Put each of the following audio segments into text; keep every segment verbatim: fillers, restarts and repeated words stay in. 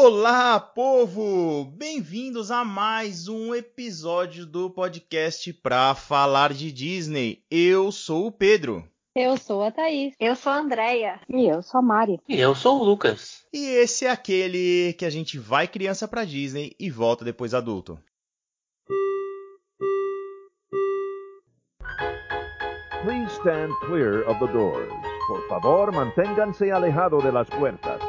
Olá, povo! Bem-vindos a mais um episódio do podcast Pra Falar de Disney. Eu sou o Pedro. Eu sou a Thaís. Eu sou a Andrea. E eu sou a Mari. E eu sou o Lucas. E esse é aquele que a gente vai criança pra Disney e volta depois adulto. Please stand clear of the doors. Por favor, manténganse alejado de las puertas.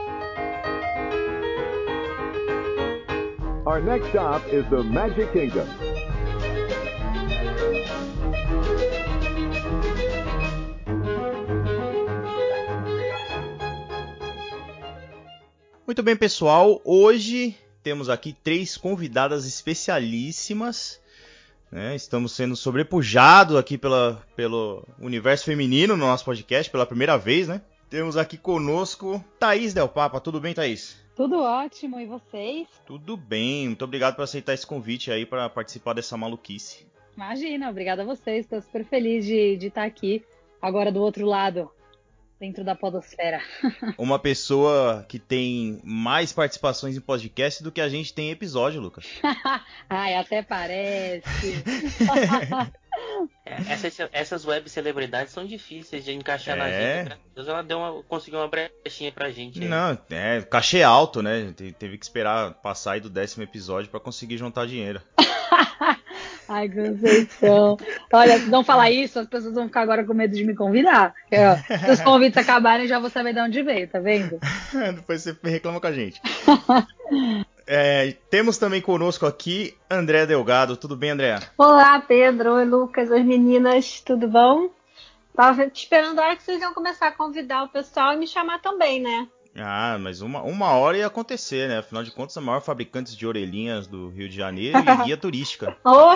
Our next stop is the Magic Kingdom. Muito bem, pessoal. Hoje temos aqui três convidadas especialíssimas. Né? Estamos sendo sobrepujados aqui pela, pelo universo feminino no nosso podcast pela primeira vez, né? Temos aqui conosco Thaís Del Papa. Tudo bem, Thaís? Tudo ótimo, e vocês? Tudo bem. Muito obrigado por aceitar esse convite aí para participar dessa maluquice. Imagina, obrigada a vocês. Estou super feliz de, de estar aqui agora do outro lado, dentro da podosfera. Uma pessoa que tem mais participações em podcast do que a gente tem em episódio, Lucas. Ai, até parece. Essas, essas web celebridades são difíceis de encaixar É. na gente. Graças a Deus ela deu uma, conseguiu uma brechinha pra gente. aí. Não, é, cachê alto, né? Te- Teve que esperar passar aí do décimo episódio para conseguir juntar dinheiro. Ai, Conceição. Olha, se não falar isso, as pessoas vão ficar agora com medo de me convidar. Porque, ó, se os convites acabarem, eu já vou saber de onde veio, tá vendo? Depois você reclama com a gente. É, temos também conosco aqui André Delgado. Tudo bem, André? Olá, Pedro. Oi, Lucas. Oi, meninas. Tudo bom? Tava esperando a hora que vocês iam começar a convidar o pessoal e me chamar também, né? Ah, mas uma, uma hora ia acontecer, né? Afinal de contas, a maior fabricante de orelhinhas do Rio de Janeiro e guia turística. Oh,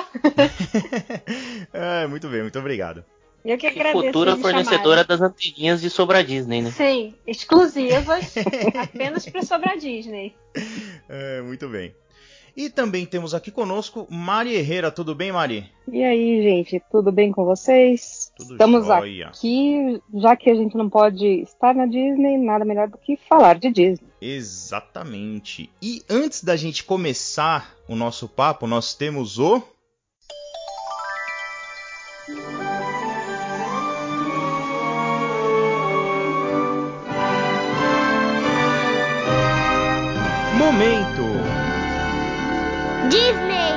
É, muito bem, muito obrigado. eu que E agradeço futura vocês me fornecedora chamarem. das anteninhas de Sobra Disney, né? Sim, exclusivas, apenas para Sobra Disney. É, muito bem. E também temos aqui conosco Mari Herrera. Tudo bem, Mari? E aí, gente, tudo bem com vocês? Tudo Estamos jóia. aqui, já que a gente não pode estar na Disney, nada melhor do que falar de Disney. Exatamente. E antes da gente começar o nosso papo, nós temos o... Momento! Disney!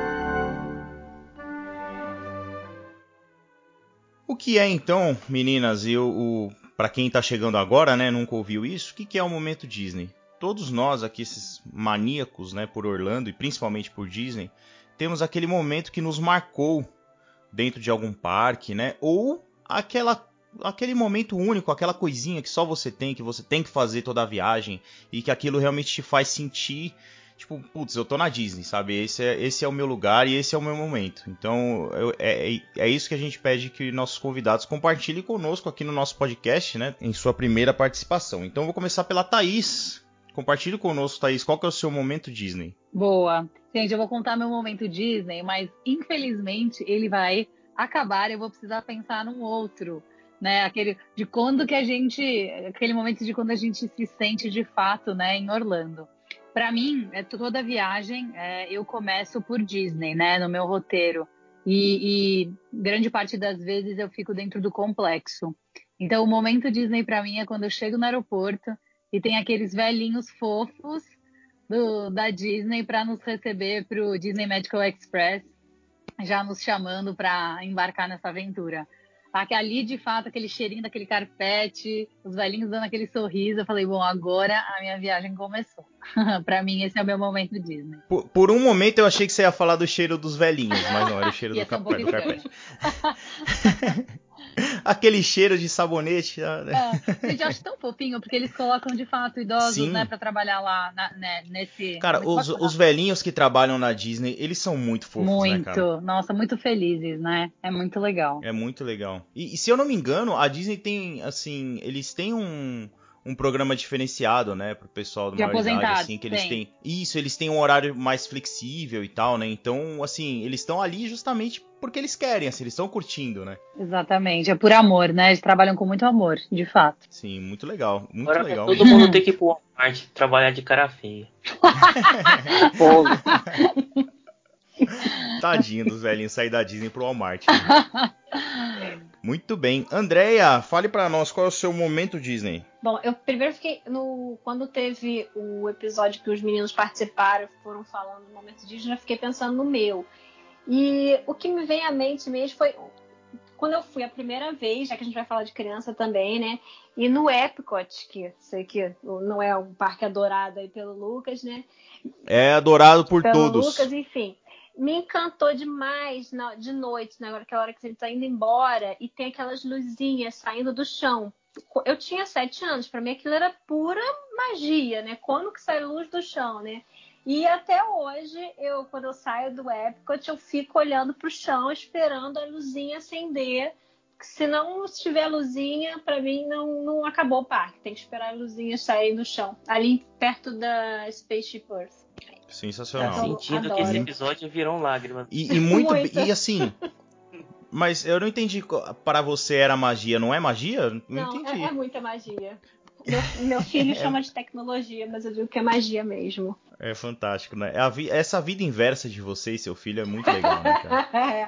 O que é então, meninas, e o, o, para quem tá chegando agora, né, nunca ouviu isso, o que, que é o Momento Disney? Todos nós aqui, esses maníacos, né, por Orlando e principalmente por Disney, temos aquele momento que nos marcou dentro de algum parque, né, ou aquela, aquele momento único, aquela coisinha que só você tem, que você tem que fazer toda a viagem e que aquilo realmente te faz sentir... Tipo, putz, eu tô na Disney, sabe? Esse é, esse é o meu lugar e esse é o meu momento. Então, eu- é, é, é isso que a gente pede que nossos convidados compartilhem conosco aqui no nosso podcast, né? Em sua primeira participação. Então, eu vou começar pela Thaís. Compartilhe conosco, Thaís, qual que é o seu momento Disney? Boa. Gente, eu vou contar meu momento Disney, mas infelizmente ele vai acabar e eu vou precisar pensar num outro, né? Aquele de quando que a gente, aquele momento de quando a gente se sente de fato, né, em Orlando. Para mim, é toda viagem, é, eu começo por Disney, né, no meu roteiro. E, e grande parte das vezes eu fico dentro do complexo. Então, o momento Disney para mim é quando eu chego no aeroporto e tem aqueles velhinhos fofos do, da Disney para nos receber para o Disney Magical Express, já nos chamando para embarcar nessa aventura. Aqui, ali, de fato, aquele cheirinho daquele carpete, os velhinhos dando aquele sorriso, eu falei, bom, agora a minha viagem começou. Para mim, esse é o meu momento Disney. Por, por um momento eu achei que você ia falar do cheiro dos velhinhos, mas não, era o cheiro Ia do, ser um cap- pouco do carpete. Aquele cheiro de sabonete. ah, né? É, gente, eu acho tão fofinho, porque eles colocam, de fato, idosos, Sim. né, para trabalhar lá na- né, nesse... Cara, muito os, bacana. os velhinhos que trabalham na Disney, eles são muito fofos, né, cara? Muito, nossa, muito felizes, né? É muito legal. É muito legal. E, e se eu não me engano, a Disney tem, assim, eles têm um, um programa diferenciado, né, pro pessoal de De maior idade, aposentados, assim, que eles tem. têm... Isso, eles têm um horário mais flexível e tal, né, então, assim, eles estão ali justamente porque eles querem, assim, eles estão curtindo, né. Exatamente, é por amor, né? Eles trabalham com muito amor, de fato. Sim, muito legal, muito Agora legal. todo mundo tem que ir pro Walmart trabalhar de cara feia. Fogo. Tadinho dos velhinhos sair da Disney pro Walmart. Né? Muito bem. Andréia, fale pra nós qual é o seu momento Disney. Bom, eu primeiro fiquei no quando teve o episódio que os meninos participaram, foram falando do momento Disney, já fiquei pensando no meu. E o que me vem à mente mesmo foi quando eu fui a primeira vez, já que a gente vai falar de criança também, né? E no Epcot, que sei que não é um parque adorado aí pelo Lucas, né? É adorado por Pelo todos. Lucas, enfim. Me encantou demais na, de noite, naquela hora que a gente tá indo embora e tem aquelas luzinhas saindo do chão. Eu tinha sete anos, pra mim aquilo era pura magia, né? Quando que sai luz do chão, né? E até hoje, eu, quando eu saio do Epcot, eu fico olhando pro chão, esperando a luzinha acender. Se não tiver luzinha, pra mim não, não acabou o parque. Tem que esperar a luzinha sair do chão. Ali perto da Spaceship Earth. Sensacional. Tá sentindo adoro. que esse episódio virou lágrimas. E, e muito, Muita. e assim, mas eu não entendi, para você era magia, não é magia? Não, Não, entendi. é, é muita magia. Meu, meu filho chama de tecnologia, mas eu digo que é magia mesmo. É fantástico, né? É a vi- Essa vida inversa de você e seu filho é muito legal, né, cara? É.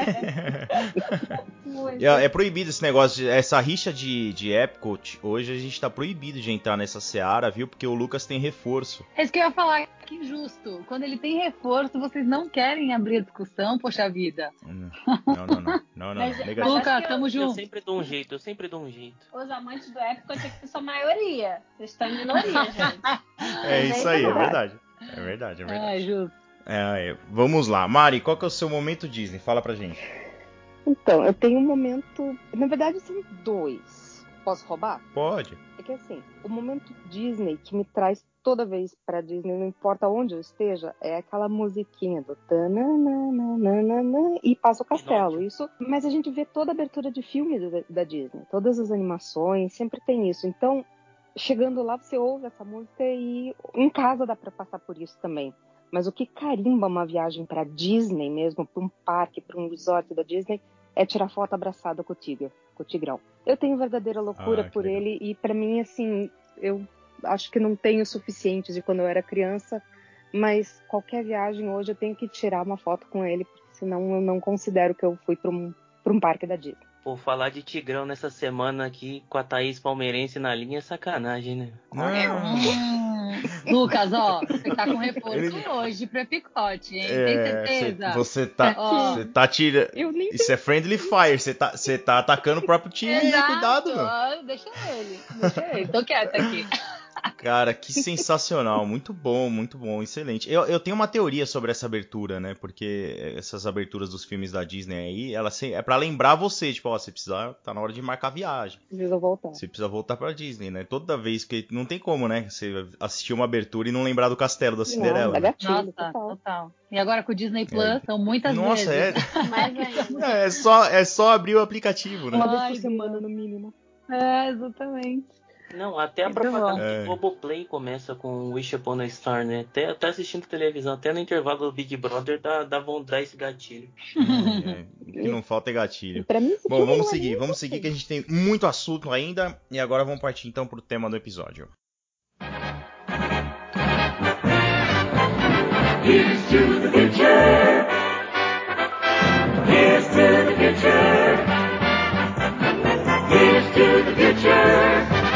Muito. É, é proibido esse negócio, de, essa rixa de, de Epcot, hoje a gente tá proibido de entrar nessa seara, viu? Porque o Lucas tem reforço. É isso que eu ia falar, que injusto. Quando ele tem reforço, vocês não querem abrir a discussão, poxa vida. Não, não, não. Não, não, não. Mas- Negativo. mas- Lucas, acho que tamo Eu junto. sempre dou um jeito, eu sempre dou um jeito. Os amantes do Epcot é que são maioria. Vocês estão em minoria, gente. É Mas isso aí aí, é tá. verdade. É verdade, é verdade. É, justo. É, é. Vamos lá. Mari, qual que é o seu momento Disney? Fala pra gente. Então, eu tenho um momento. Na verdade, são dois. Posso roubar? Pode. É que assim, o momento Disney que me traz toda vez pra Disney, não importa onde eu esteja, é aquela musiquinha do tananana e passa o castelo. Pinóquio. Isso, mas a gente vê toda a abertura de filme da, da Disney, todas as animações, sempre tem isso. Então, chegando lá, você ouve essa música e em casa dá pra passar por isso também. Mas o que carimba uma viagem pra Disney mesmo, pra um parque, pra um resort da Disney, é tirar foto abraçada com o tigre, com o tigrão. Eu tenho verdadeira loucura Ah, que por legal. ele e pra mim, assim, eu acho que não tenho o suficiente de quando eu era criança, mas qualquer viagem hoje eu tenho que tirar uma foto com ele, porque senão eu não considero que eu fui pra um, pra um parque da Disney. Pô, falar de Tigrão nessa semana aqui com a Thaís Palmeirense na linha é sacanagem, né? Não. Hum. Lucas, ó, você tá com reforço Ele- hoje pro Epicote, hein? É, Tem cê- certeza? você tá, Ó. você tá tirando. Eu nem Isso é friendly fire. Você tá, você tá atacando o próprio time aí, Exato. cuidado, meu. Ó, deixa ele, deixa ele. Tô quieta aqui. Cara, que sensacional. Muito bom, muito bom, excelente. Eu, eu tenho uma teoria sobre essa abertura, né? Porque essas aberturas dos filmes da Disney aí, ela se- é pra lembrar você, tipo, ó, você precisa, tá na hora de marcar viagem. precisa voltar. Você precisa voltar pra Disney, né? Toda vez que não tem como, né? Você assistir uma abertura e não lembrar do castelo da Cinderela. Não, é né? gatilho, Nossa, total. total. E agora com o Disney Plus, É. são muitas Nossa, é, vezes. Mais ainda. é só é só abrir o aplicativo, né? Uma vez Ai, por semana, Deus. no mínimo. É, exatamente. Não, até a Muito propaganda bom. É. do Globoplay começa com Wish Upon a Star, né? Até, até assistindo televisão, até no intervalo do Big Brother dá, dá vontade esse gatilho. É, é. O que não falta é E gatilho. pra mim, esse Bom, filme vamos não é seguir, nem vamos assim. seguir que a gente tem muito assunto ainda. E agora vamos partir então pro tema do episódio. Here's to the future. Here's to the future. Here's to the future.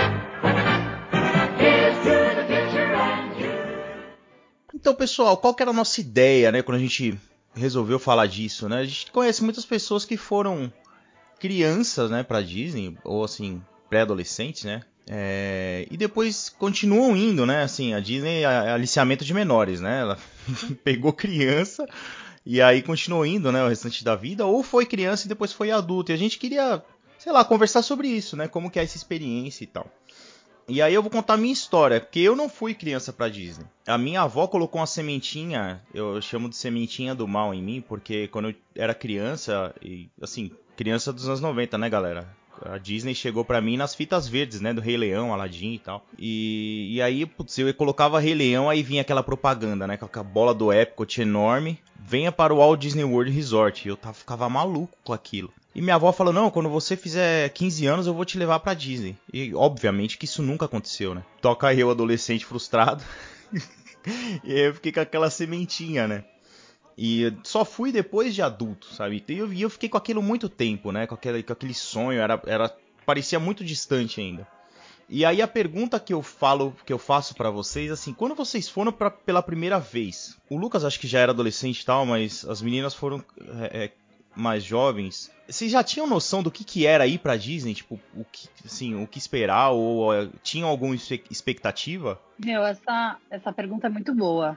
Here's to the future and you. Então, pessoal, qual que era a nossa ideia, né, quando a gente resolveu falar disso, né? A gente conhece muitas pessoas que foram crianças, né, pra Disney, ou assim, pré-adolescentes, né? É, e depois continuam indo, né? Assim, a Disney é aliciamento de menores, né? Ela pegou criança e aí continuou indo, né, o restante da vida, ou foi criança e depois foi adulto. E a gente queria, sei lá, conversar sobre isso, né? Como que é essa experiência e tal. E aí eu vou contar a minha história, porque eu não fui criança pra Disney. A minha avó colocou uma sementinha, eu chamo de sementinha do mal em mim, porque quando eu era criança, e assim, criança dos anos noventa, né, galera? A Disney chegou pra mim nas fitas verdes, né? Do Rei Leão, Aladdin e tal. E, e aí, putz, eu colocava Rei Leão, aí vinha aquela propaganda, né? Com a bola do Epcot enorme. Venha para o Walt Disney World Resort. E eu tava, ficava maluco com aquilo. E minha avó falou, não, quando você fizer quinze anos eu vou te levar pra Disney. E obviamente que isso nunca aconteceu, né? Toca aí eu, adolescente frustrado. E aí eu fiquei com aquela sementinha, né? E só fui depois de adulto, sabe? E eu, eu fiquei com aquilo muito tempo, né? Com aquele, com aquele sonho, era, era, parecia muito distante ainda. E aí a pergunta que eu falo, que eu faço pra vocês, assim, quando vocês foram pra, pela primeira vez, o Lucas acho que já era adolescente e tal, mas as meninas foram é, mais jovens. Vocês já tinham noção do que, que era ir pra Disney? Tipo, o que, assim, o que esperar? Ou é, tinham alguma expectativa? Meu, essa, essa pergunta é muito boa.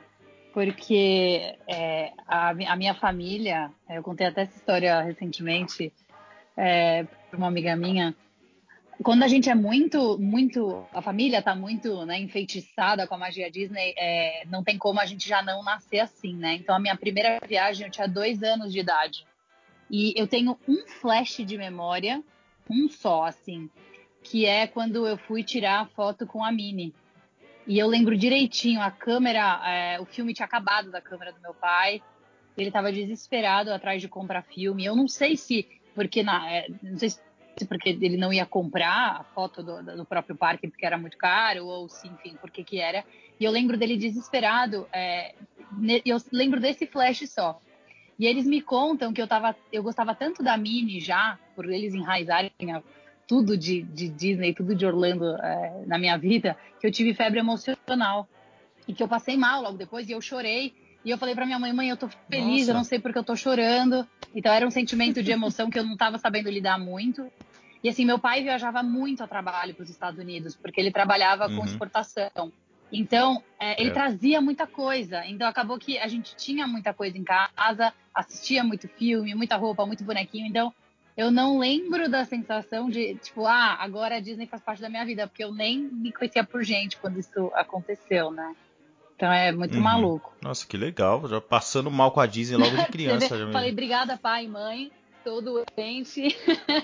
Porque é, a, a minha família, eu contei até essa história recentemente é, para uma amiga minha. Quando a gente é muito, muito, a família tá muito, né, enfeitiçada com a magia Disney, é, não tem como a gente já não nascer assim, né? Então a minha primeira viagem eu tinha dois anos de idade e eu tenho um flash de memória, um só, assim, que é quando eu fui tirar a foto com a Minnie. E eu lembro direitinho, a câmera, é, o filme tinha acabado da câmera do meu pai, ele estava desesperado atrás de comprar filme. Eu não sei se porque na, é, não sei se porque ele não ia comprar a foto do, do próprio parque porque era muito caro ou se, enfim, porque que era. E eu lembro dele desesperado. É, eu lembro desse flash só. E eles me contam que eu tava, eu gostava tanto da Minnie já, por eles enraizarem tudo de, de Disney, tudo de Orlando é, na minha vida, que eu tive febre emocional. E que eu passei mal logo depois e eu chorei. E eu falei pra minha mãe, mãe, eu tô feliz, Nossa. Eu não sei porque eu tô chorando. Então era um sentimento de emoção que eu não tava sabendo lidar muito. E assim, meu pai viajava muito a trabalho pros Estados Unidos, porque ele trabalhava uhum. com exportação. Então, é, ele é. trazia muita coisa. Então acabou que a gente tinha muita coisa em casa, assistia muito filme, muita roupa, muito bonequinho. Então, eu não lembro da sensação de, tipo, ah, agora a Disney faz parte da minha vida, porque eu nem me conhecia por gente quando isso aconteceu, né? Então é muito uhum. maluco. Nossa, que legal. Já passando mal com a Disney logo de criança. já Falei, obrigada, pai e mãe. Tô doente.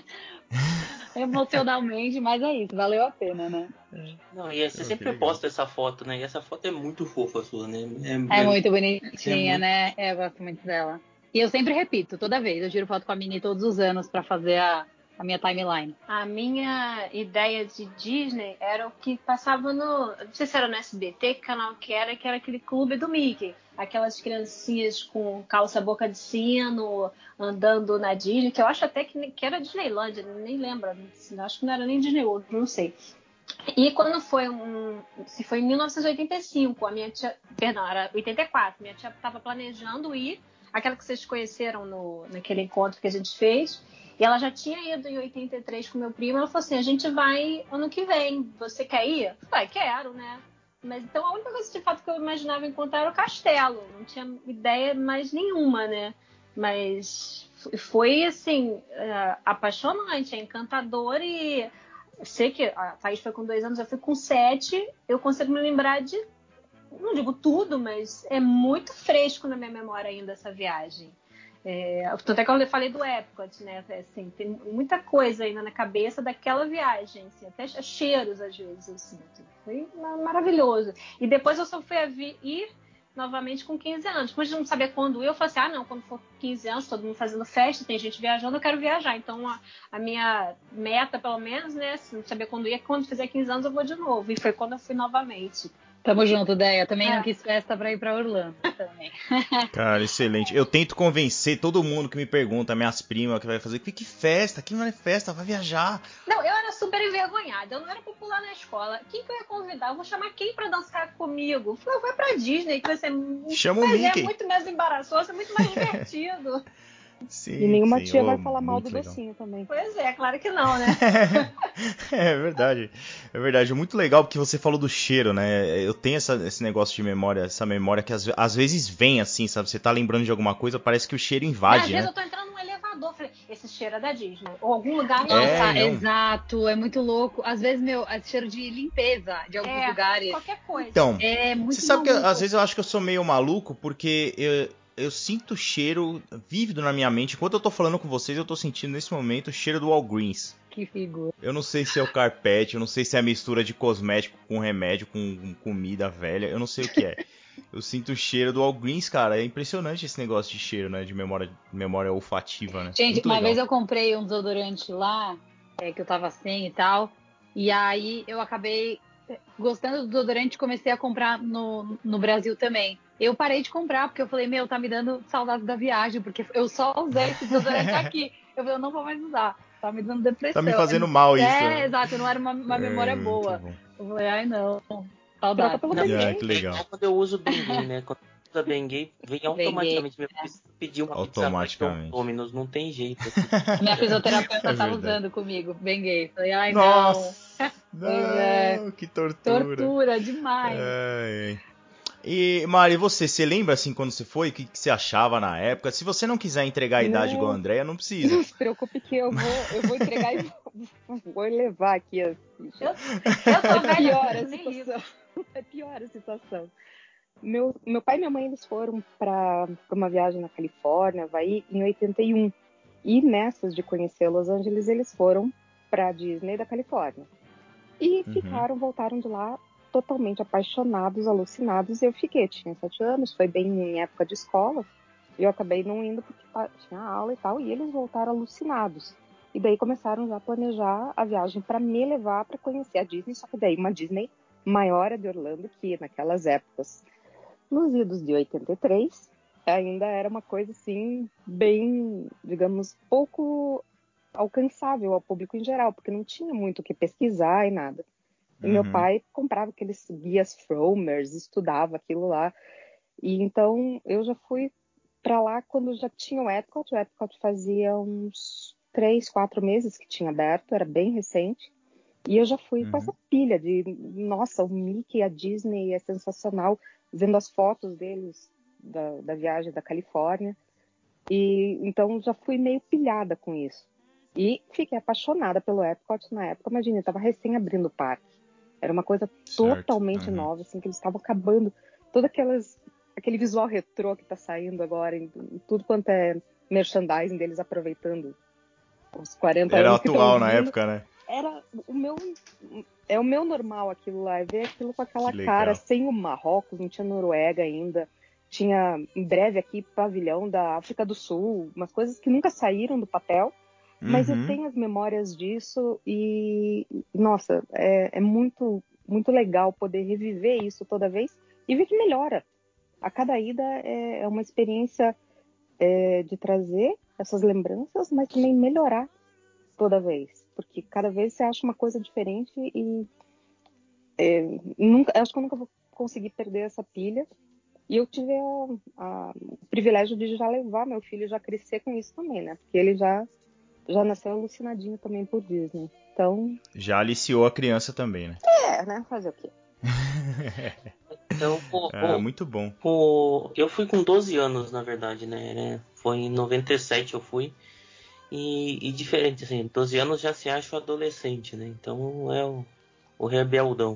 Emocionalmente, mas é isso. Valeu a pena, né? Não, e você sempre posta essa foto, né? E essa foto é muito fofa sua, né? É, é muito bonitinha, é né? Muito... É, eu gosto muito dela. E eu sempre repito, toda vez. Eu tiro foto com a Minnie todos os anos pra fazer a... a minha timeline. A minha ideia de Disney era o que passava no... Não sei se era no S B T, que canal que era, que era aquele clube do Mickey. Aquelas criancinhas com calça boca de sino, andando na Disney, que eu acho até que, que era Disneylândia, nem lembro. Acho que não era nem Disney World, não sei. E quando foi um... Se foi em mil novecentos e oitenta e cinco, a minha tia... Perdão, era oitenta e quatro. Minha tia estava planejando ir, aquela que vocês conheceram no, naquele encontro que a gente fez. E ela já tinha ido em oitenta e três com meu primo. Ela falou assim, a gente vai ano que vem. Você quer ir? Eu falei, quero, né? Mas então a única coisa de fato que eu imaginava encontrar era o castelo. Não tinha ideia mais nenhuma, né? Mas foi, assim, é, apaixonante, é encantador. E sei que a Thaís foi com dois anos, eu fui com sete. Eu consigo me lembrar de, não digo tudo, mas é muito fresco na minha memória ainda essa viagem. É, tanto é que eu falei do Epcot, né? Assim, tem muita coisa ainda na cabeça daquela viagem, assim, até cheiros às vezes eu sinto. Foi maravilhoso. E depois eu só fui a vir, ir novamente com quinze anos. Como a gente não sabia quando ir, eu falei assim, ah não, quando for quinze anos, todo mundo fazendo festa, tem gente viajando, eu quero viajar. Então a, a minha meta, pelo menos, né, se não saber quando ir, é que quando fizer quinze anos eu vou de novo. E foi quando eu fui novamente. Tamo junto, Deia. Também é. não quis festa pra ir pra Orlando também. Cara, excelente. Eu tento convencer todo mundo que me pergunta, minhas primas, que vai fazer, que, que festa? Aqui não é festa, vai viajar. Não, eu era super envergonhada. Eu não era popular na escola. Quem que eu ia convidar? Eu vou chamar quem pra dançar comigo? Eu falei, vai pra Disney, que vai ser Chama o Mickey. É muito mais embaraçoso, é muito mais divertido. Sim, e nenhuma sim. tia oh, vai falar mal do legal. docinho também. Pois é, claro que não, né? É verdade, é verdade. Muito legal porque você falou do cheiro, né? Eu tenho essa, esse negócio de memória, essa memória que às, às vezes vem assim, sabe? Você tá lembrando de alguma coisa, parece que o cheiro invade, às né? vezes eu tô entrando num elevador, falei, esse cheiro é da Disney. Ou algum lugar... Nossa, é, exato, é muito louco. Às vezes, meu, é cheiro de limpeza de alguns é, lugares. qualquer coisa. Então, é muito você sabe maluco. que às vezes eu acho que eu sou meio maluco porque... Eu, eu sinto o cheiro vívido na minha mente. Enquanto eu tô falando com vocês, eu tô sentindo nesse momento o cheiro do Walgreens. Que figura. Eu não sei se é o carpete, eu não sei se é a mistura de cosmético com remédio, com, com comida velha, eu não sei o que é. Eu sinto o cheiro do Walgreens, cara. É impressionante esse negócio de cheiro, né? De memória, memória olfativa, né? Gente, Muito uma legal. vez eu comprei um desodorante lá, é, que eu tava sem e tal. E aí eu acabei gostando do desodorante e comecei a comprar no, no Brasil também. Eu parei de comprar, porque eu falei, meu, tá me dando saudade da viagem, porque eu só usei esse desodorante aqui. Eu falei, eu não vou mais usar. Tá me dando depressão. Tá me fazendo mal isso. É, exato, não era uma, uma É, memória muito boa. bom. Eu falei, ai não, Troca saudade. pelo Não, Bengay. Ah, que é legal. igual quando eu uso Bengay, né? Quando eu uso Bengay, vem automaticamente. Meu filho pedir uma pizza Automaticamente. do Domino's, não tem jeito. Assim. Minha fisioterapeuta É tá verdade. usando comigo, bem gay. Falei, ai Nossa! não. Pois é. Não, que tortura. Tortura demais. Ai, ai. E, Mari, você, você lembra assim quando você foi? O que, que você achava na época? Se você não quiser entregar a idade Não. igual a Andréia, não precisa. Não se preocupe que eu vou, eu vou entregar e vou, vou levar aqui as fichas. Eu, eu tô É velha, pior a nem isso. situação. É pior a situação. Meu, meu pai e minha mãe eles foram para uma viagem na Califórnia, Havaí, em oitenta e um. E nessas de conhecer Los Angeles, eles foram para a Disney da Califórnia. E Uhum. ficaram, voltaram de lá totalmente apaixonados, alucinados. E eu fiquei, tinha sete anos, foi bem em época de escola. E eu acabei não indo porque tinha aula e tal. E eles voltaram alucinados. E daí começaram já a planejar a viagem para me levar para conhecer a Disney. Só que daí uma Disney maior a de Orlando, que naquelas épocas, nos idos de oitenta e três, ainda era uma coisa assim, bem, digamos, pouco alcançável ao público em geral, porque não tinha muito o que pesquisar e nada. E meu Uhum. pai comprava aqueles guias Fromers, estudava aquilo lá. E então eu já fui para lá quando já tinha o Epcot. O Epcot fazia uns três, quatro meses que tinha aberto, era bem recente. E eu já fui Uhum. com essa pilha de, nossa, o Mickey, a Disney é sensacional, vendo as fotos deles da, da viagem da Califórnia. E então já fui meio pilhada com isso. E fiquei apaixonada pelo Epcot na época. Imagina, eu estava recém abrindo o parque. Era uma coisa Certo. totalmente Uhum. nova, assim, que eles estavam acabando. Todo aquelas, aquele visual retrô que está saindo agora, em, em tudo quanto é merchandising deles, aproveitando os quarenta Era anos que estão atual na vindo. época, né? Era o meu, é o meu normal aquilo lá, é ver aquilo com aquela Que legal. cara, sem o Marrocos, não tinha Noruega ainda, tinha em breve aqui pavilhão da África do Sul, umas coisas que nunca saíram do papel, mas eu Uhum. tenho as memórias disso e, nossa, é, é muito, muito legal poder reviver isso toda vez e ver que melhora. A cada ida é, é uma experiência é, de trazer essas lembranças, mas também melhorar toda vez, porque cada vez você acha uma coisa diferente e é, nunca, acho que eu nunca vou conseguir perder essa pilha. E eu tive a, a, o privilégio de já levar meu filho já crescer com isso também, né? Porque ele já já nasceu alucinadinho também por Disney. Então, Já aliciou a criança também, né? é, né? Fazer o quê? Então, pô, Ah, pô, muito bom. pô, eu fui com doze anos, na verdade, né? né? Foi em noventa e sete eu fui. E, e diferente, assim, doze anos já se acha o adolescente, né? Então é o, o rebeldão.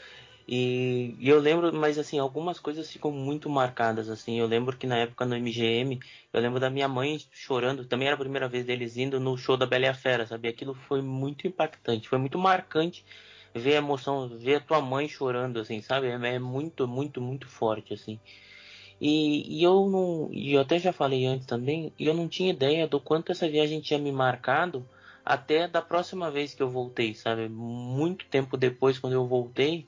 E, e eu lembro, mas assim, algumas coisas ficam muito marcadas, assim. Eu lembro que na época no M G M, eu lembro da minha mãe chorando, também era a primeira vez deles indo no show da Bela e a Fera, sabe? Aquilo foi muito impactante, foi muito marcante ver a emoção, ver a tua mãe chorando, assim, sabe? É, é muito, muito, muito forte, assim. E, e eu não, e eu até já falei antes também, e eu não tinha ideia do quanto essa viagem tinha me marcado até da próxima vez que eu voltei, sabe? Muito tempo depois, quando eu voltei,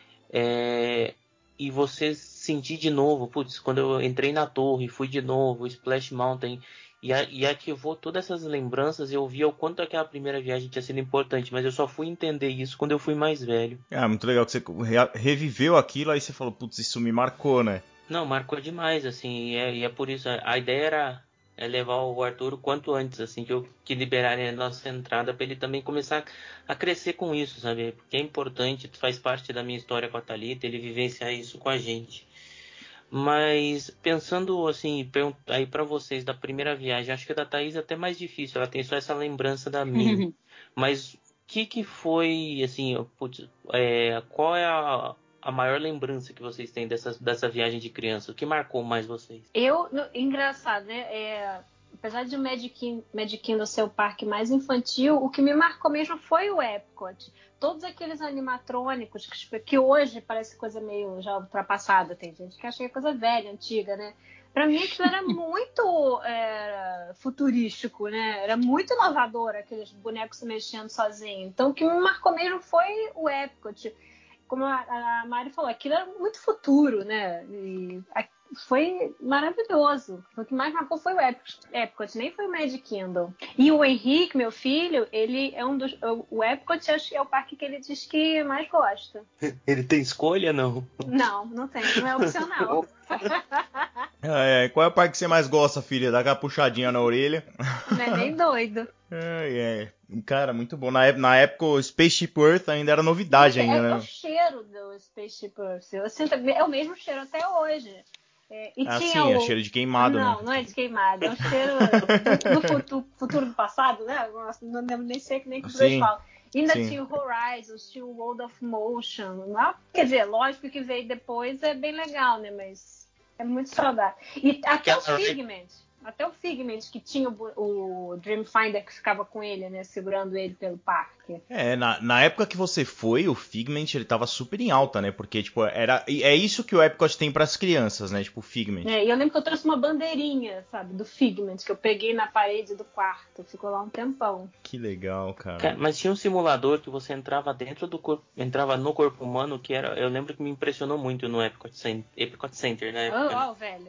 é, e você sentir de novo, putz, quando eu entrei na torre, fui de novo, Splash Mountain, e, a, e ativou todas essas lembranças, eu via o quanto aquela primeira viagem tinha sido importante, mas eu só fui entender isso quando eu fui mais velho. Ah, muito legal que você re- reviveu aquilo, aí você falou, putz, isso me marcou, né? Não, marcou demais, assim, e é, e é por isso, a, a ideia era é levar o Arthur o quanto antes, assim, que, eu, que liberarem a nossa entrada para ele também começar a crescer com isso, sabe? Porque é importante, faz parte da minha história com a Thalita, ele vivenciar isso com a gente. Mas pensando assim, pergun- aí para vocês da primeira viagem, acho que a da Thaís é até mais difícil, ela tem só essa lembrança da minha. Mas o que que foi, assim, putz, é, qual é a, a maior lembrança que vocês têm dessa, dessa viagem de criança? O que marcou mais vocês? Eu, no- engraçado, né? É, apesar de o Magic, King- Magic Kingdom ser o parque mais infantil, o que me marcou mesmo foi o Epcot. Todos aqueles animatrônicos que, que hoje parece coisa meio já ultrapassada. Tem gente que acha que é coisa velha, antiga, né? Pra mim aquilo era muito é, futurístico, né? Era muito inovador, aqueles bonecos se mexendo sozinhos. Então o que me marcou mesmo foi o Epcot. Como a, a Mari falou, aquilo era muito futuro, né? E a- foi maravilhoso. O que mais marcou foi o Ep- Epcot, nem foi o Magic Kingdom. E o Henrique, meu filho, ele é um dos. O Epcot acho que é o parque que ele diz que mais gosta. Ele tem escolha, não? Não, não tem, não é opcional. É, é, qual é o parque que você mais gosta, filha? Dá aquela puxadinha na orelha. Não é nem doido. Ai, é. Cara, muito bom. Na, ép- na época, o Spaceship Earth ainda era novidade é, ainda, é o né? cheiro do Spaceship Earth. Eu sinto, é o mesmo cheiro até hoje. É, e Ah, tinha sim, o... é cheiro de queimado, não, né? não é de queimado, é um cheiro do, do futuro, futuro do passado, né? Nossa, não lembro nem sei que nem que vocês Sim, falam. Ainda sim. tinha o Horizons, tinha o World of Motion. Não, quer dizer, lógico que veio depois é bem legal, né? Mas é muito saudável. E até o Aquela- Figment, até o Figment que tinha o, bu- o Dreamfinder que ficava com ele, né? Segurando ele pelo parque. É, na, na época que você foi, o Figment, ele tava super em alta, né? Porque, tipo, era, e é isso que o Epcot tem pras crianças, né? Tipo, o Figment. É, e eu lembro que eu trouxe uma bandeirinha, sabe, do Figment, que eu peguei na parede do quarto. Ficou lá um tempão. Que legal, cara. Cara, mas tinha um simulador que você entrava dentro do corpo, entrava no corpo humano, que era, eu lembro que me impressionou muito no Epcot Center, Epcot Center, né? Ó, ó, velho.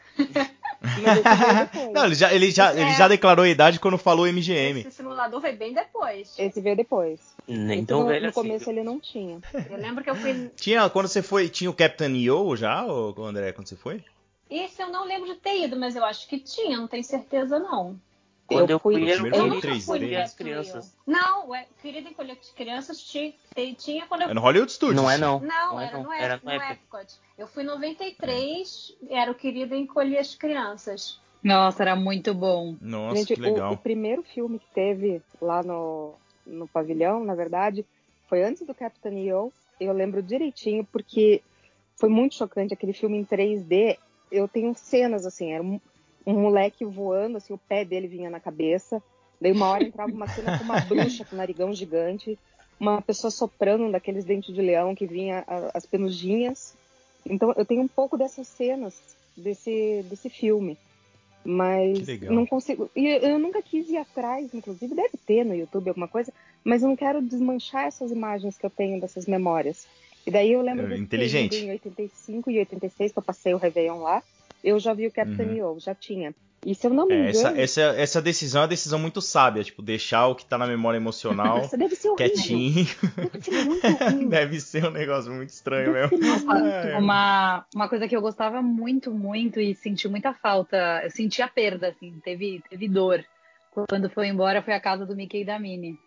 Mas esse veio depois. Não, ele já, ele, já, ele já declarou a idade quando falou M G M. Esse simulador foi bem depois. Esse veio depois. Nem Esse tão no, velho no assim. começo ele não tinha. Eu lembro que eu fui. Tinha, quando você foi, tinha o Captain E O já, ô, André, quando você foi? Esse eu não lembro de ter ido, mas eu acho que tinha, não tenho certeza não. Quando eu, Eu fui- fui, era o Primeiro Eu foi nunca em três fui D. no as Captain crianças. E O. Não, o Querida Encolher de Crianças tinha, tinha quando eu É no Hollywood Studios. Não é não. Não, não é era, não. no, Era Ep- no no Epcot. Epcot. Eu fui em noventa e três, era o Querido Encolher as Crianças. Nossa, era muito bom. Nossa, Gente, que o, legal. o primeiro filme que teve lá no, no pavilhão, na verdade, foi antes do Captain E O. Eu lembro direitinho, porque foi muito chocante aquele filme em três D. Eu tenho cenas, assim, era um, um moleque voando, assim, o pé dele vinha na cabeça. Daí uma hora entrava uma cena com uma bruxa com um narigão gigante, uma pessoa soprando um daqueles dentes de leão que vinha a- as penugинhas. Então eu tenho um pouco dessas cenas desse, desse filme. Que Mas legal. não consigo. E eu, eu nunca quis ir atrás, inclusive deve ter no YouTube alguma coisa, mas eu não quero desmanchar essas imagens que eu tenho dessas memórias. E daí eu lembro É, de ter inteligente. ido em oitenta e cinco e oitenta e seis, que eu passei o Réveillon lá. Eu já vi o Captain Uhum. E O, já tinha. E se eu não me É, engano, essa, essa, essa decisão é uma decisão muito sábia, tipo, deixar o que tá na memória emocional nossa, deve ser horrível. quietinho. Deve ser muito ruim. Deve ser um negócio muito estranho Deve mesmo. ser muito É. Uma, uma coisa que eu gostava muito, muito e senti muita falta, eu senti a perda, assim, teve, teve dor. Quando foi embora foi a casa do Mickey e da Minnie.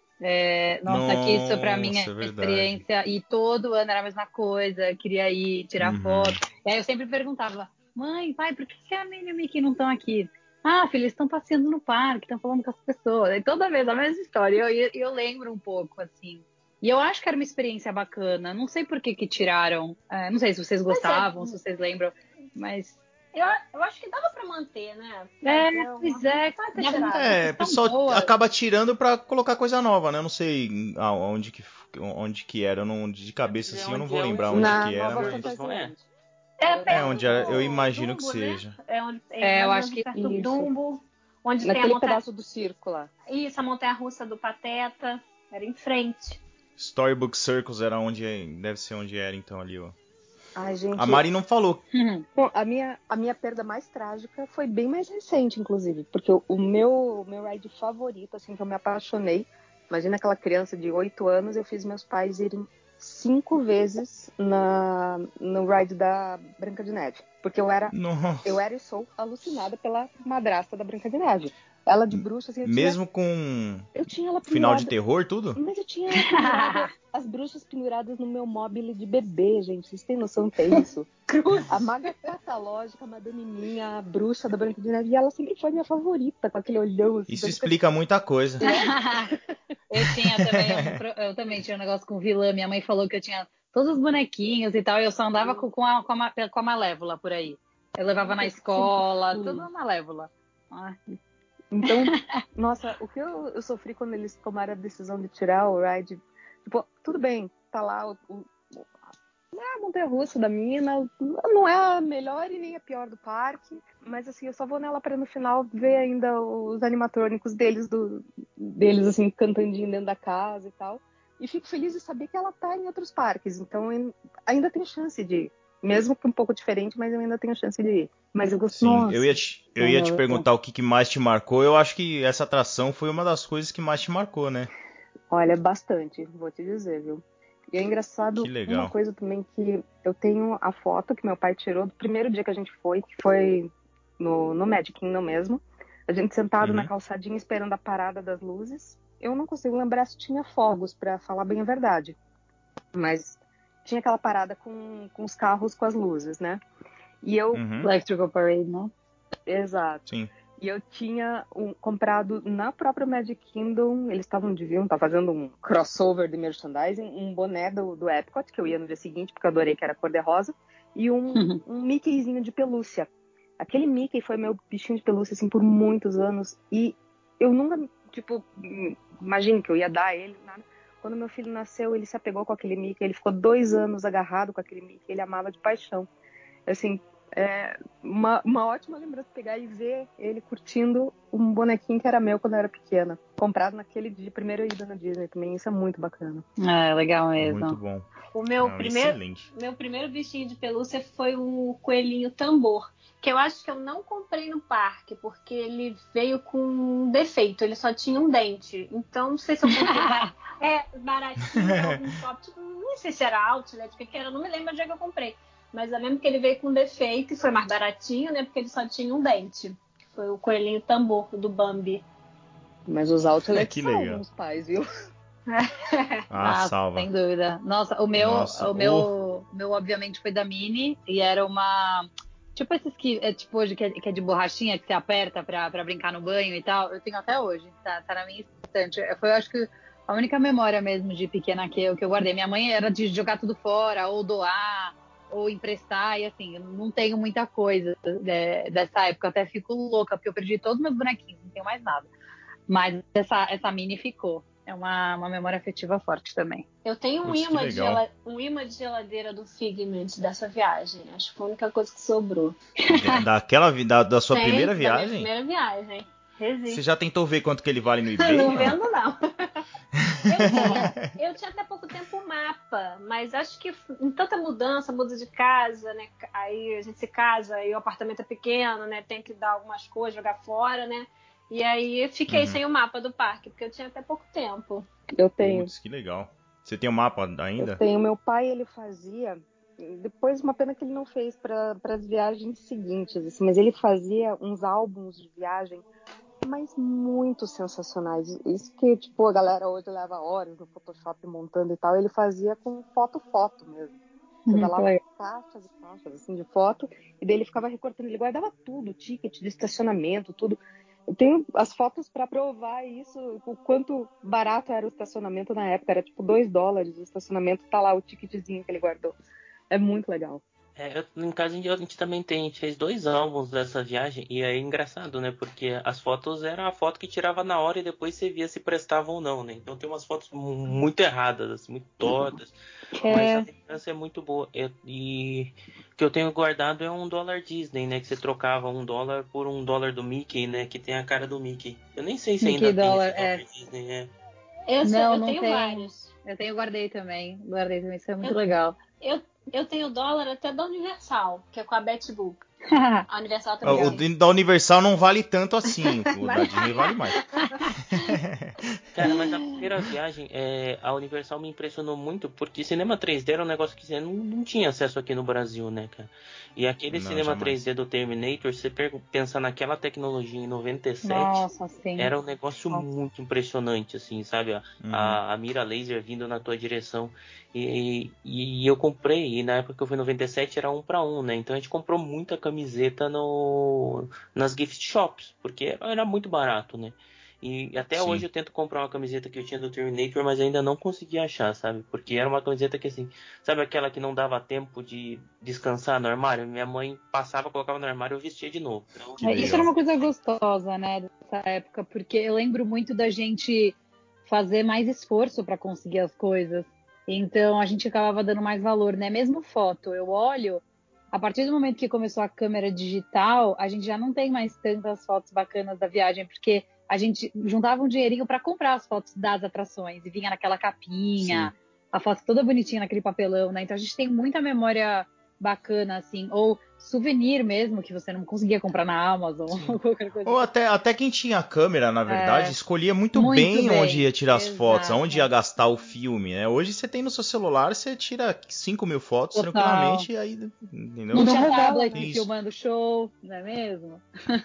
É, nossa, que isso pra mim Nossa, é é verdade. experiência. E todo ano era a mesma coisa, queria ir, tirar Uhum. foto. E aí eu sempre perguntava, mãe, pai, por que que a Minnie e o Mickey não estão aqui? Ah, filha, eles estão passeando no parque, estão falando com as pessoas. E toda vez a mesma história. Eu, eu, eu lembro um pouco, assim. E eu acho que era uma experiência bacana. Não sei por que que tiraram. É, não sei se vocês gostavam, se vocês lembram. Mas, Eu, eu acho que dava pra manter, né? é, Fazer uma- pois é. Vai ter dava tirado. pra- É, o tão pessoal boa. acaba tirando pra colocar coisa nova, né? Eu não sei aonde que, onde que era, eu não, de cabeça assim, eu não vou É onde- lembrar é onde Na que era, Nova mas... Fantasyland. É, É perto onde era, eu do imagino que Dumbo, né? seja. É, onde, É, eu mais acho ou menos que perto do isso. Dumbo, onde tem a Naquele montanha... pedaço do circo lá. Isso, a montanha-russa do Pateta. Era em frente. Storybook Circles era onde, deve ser onde era então ali, ó. Ai, gente. A Mari não falou. Uhum. Bom, a minha, a minha perda mais trágica foi bem mais recente, inclusive, porque o, o meu, o meu ride favorito, assim, que eu me apaixonei, imagina aquela criança de oito anos, eu fiz meus pais irem cinco vezes na, no ride da Branca de Neve, porque eu era, Nossa. eu era e sou alucinada pela madrasta da Branca de Neve. Ela de bruxa, assim, eu Mesmo com tinha, eu tinha ela final de pendurada- terror, tudo? Mas eu tinha ela pendurada, as bruxas penduradas no meu mobile de bebê, gente. Vocês têm noção do que é isso? A maga catalógica, a Madame Minha, a bruxa da Branca de Neve, e ela sempre foi minha favorita, com aquele olhão assim. Isso dando- explica muita coisa. eu tinha também, um pro- eu também tinha um negócio com vilã. Minha mãe falou que eu tinha todos os bonequinhos e tal. Eu só andava com, com, a, com, a, Ma- com a Malévola por aí. Eu levava na escola, tudo a Malévola. Ah, Então, nossa, o que eu, eu sofri quando eles tomaram a decisão de tirar o ride, tipo, tudo bem, tá lá o, o, o- a montanha-russa da mina, não é a melhor e nem a pior do parque, mas assim, eu só vou nela para no final ver ainda os animatrônicos deles, do, deles assim, cantandinho dentro da casa e tal, e fico feliz de saber que ela tá em outros parques, então eu ainda tenho chance de ir, mesmo que um pouco diferente, mas eu ainda tenho chance de ir. Mas eu gosto. Sim, Nossa, eu ia te, eu ia te perguntar o que, que mais te marcou. Eu acho que essa atração foi uma das coisas que mais te marcou, né? olha, bastante, vou te dizer, viu? E é engraçado, Que legal. uma coisa também que eu tenho a foto que meu pai tirou do primeiro dia que a gente foi, que foi no, no Magic Kingdom mesmo. A gente sentado Uhum. na calçadinha esperando a parada das luzes. Eu não consigo lembrar se tinha fogos, pra falar bem a verdade. Mas tinha aquela parada com, com os carros com as luzes, né? E eu, Uhum. Electrical Parade, né? exato. Sim. E eu tinha um, comprado na própria Magic Kingdom, eles estavam, deviam estar fazendo um crossover de merchandising, um boné do, do Epcot, que eu ia no dia seguinte, porque eu adorei que era cor-de-rosa, e um, um Mickeyzinho de pelúcia. Aquele Mickey foi meu bichinho de pelúcia, assim, por muitos anos, e eu nunca, tipo, imagine que eu ia dar ele, nada. Quando meu filho nasceu, ele se apegou com aquele Mickey, ele ficou dois anos agarrado com aquele Mickey, ele amava de paixão. Assim, é uma, uma ótima lembrança pegar e ver ele curtindo um bonequinho que era meu quando eu era pequena. Comprado naquele dia, primeiro ida na Disney também, isso é muito bacana. É, legal mesmo. Muito bom. O meu, Não, primeiro, excelente. meu primeiro bichinho de pelúcia foi um coelhinho tambor, que eu acho que eu não comprei no parque, porque ele veio com um defeito, ele só tinha um dente. Então, não sei se eu comprei bar- é, baratinho em algum shopping, tipo, não sei se era outlet, o que que era, não me lembro onde é que eu comprei. Mas eu lembro que ele veio com um defeito e foi mais baratinho, né, porque ele só tinha um dente. Foi o coelhinho tambor do Bambi. Mas os outlets Que salvam legal. os pais, viu? Ah, Ah, salva. sem dúvida. Nossa, o meu, Nossa, o meu, o meu obviamente foi da Mini e era uma tipo esses que é tipo hoje que é, que é de borrachinha que você aperta pra, pra brincar no banho e tal. Eu tenho até hoje, tá, tá na minha estante. Foi, eu acho que a única memória mesmo de pequena que eu, que eu guardei. Minha mãe era de jogar tudo fora ou doar ou emprestar e assim, eu não tenho muita coisa né, dessa época. Eu até fico louca porque eu perdi todos os meus bonequinhos, não tenho mais nada. Mas essa, essa Mini ficou. É uma, uma memória afetiva forte também. Eu tenho um Putz, que imã, de legal. gela- um imã de geladeira do Figment dessa viagem. Acho que foi a única coisa que sobrou. Da- Daquela, vi- da, da sua Tem, primeira da minha viagem? primeira viagem. Você Existe. já tentou ver quanto que ele vale no eBay? Não Não? vendo, não. Eu tinha, eu tinha até pouco tempo o mapa, mas acho que em tanta mudança, muda de casa, né? Aí a gente se casa e o apartamento é pequeno, né? Tem que dar algumas coisas, jogar fora, né? E aí eu fiquei Uhum. sem o mapa do parque, porque eu tinha até pouco tempo. Eu tenho. Putz, que legal. Você tem o mapa Eu ainda? tenho. Meu pai, ele fazia. Depois, uma pena que ele não fez para as viagens seguintes, assim, mas ele fazia uns álbuns de viagem, mas muito sensacionais. Isso que, tipo, a galera hoje leva horas no Photoshop montando e tal, ele fazia com foto-foto mesmo. Você vai lá, caixas e caixas assim, de foto, e daí ele ficava recortando, ele guardava tudo, ticket de estacionamento, tudo. Eu tenho as fotos para provar isso, o quanto barato era o estacionamento na época, era tipo dois dólares o estacionamento, tá lá o ticketzinho que ele guardou. É muito legal. É, eu- em casa a gente, a gente também tem, a gente fez dois álbuns dessa viagem e é engraçado, né? Porque as fotos eram a foto que tirava na hora e depois você via se prestava ou não, né? Então tem umas fotos mu- muito erradas, assim, muito tortas, mas a lembrança é muito boa. Eu- e o que eu tenho guardado é um dólar Disney, né? Que você trocava um dólar por um dólar do Mickey, né? Que tem a cara do Mickey. Eu nem sei se Mickey ainda tem dólar, esse dólar é. Disney, né? Eu, sei- Não, eu não tenho tem. vários. Eu tenho, guardei também. Guardei também, isso é muito Eu- legal. Eu, eu tenho dólar até da Universal, que é com a Betty Boop. A Universal O, também o tem. da Universal não vale tanto assim. O da Disney vale mais. Cara, mas a primeira viagem, é, a Universal me impressionou muito, porque cinema três D era um negócio que você não, não tinha acesso aqui no Brasil, né, cara? E aquele Não, cinema jamais. três D do Terminator, você per- pensar naquela tecnologia em noventa e sete, Nossa, sim. era um negócio Nossa. muito impressionante, assim, sabe? A, Uhum. a, a mira laser vindo na tua direção. E, e, e eu comprei, e na época que eu fui em noventa e sete era um para um, né? Então a gente comprou muita camiseta no, nas gift shops, porque era muito barato, né? E até Sim. hoje eu tento comprar uma camiseta que eu tinha do Terminator, mas ainda não consegui achar, sabe? Porque era uma camiseta que assim, sabe aquela que não dava tempo de descansar no armário? Minha mãe passava, colocava no armário e eu vestia de novo. Então, Que É, isso era legal. uma coisa gostosa, né, dessa época, porque eu lembro muito da gente fazer mais esforço para conseguir as coisas. Então a gente acabava dando mais valor, né? Mesmo foto, eu olho, a partir do momento que começou a câmera digital, a gente já não tem mais tantas fotos bacanas da viagem, porque a gente juntava um dinheirinho para comprar as fotos das atrações e vinha naquela capinha, Sim. a foto toda bonitinha naquele papelão, né? Então a gente tem muita memória bacana, assim, ou souvenir mesmo, que você não conseguia comprar na Amazon, Sim. ou qualquer coisa Ou assim. até, até quem tinha câmera, na verdade, É, escolhia muito, muito bem onde bem, ia tirar as fotos, aonde ia exato. gastar o filme, né? Hoje você tem no seu celular, você tira cinco mil fotos Total. tranquilamente e aí, Não entendeu? Não tinha revela, tablet né? Tem isso. filmando show, não é mesmo?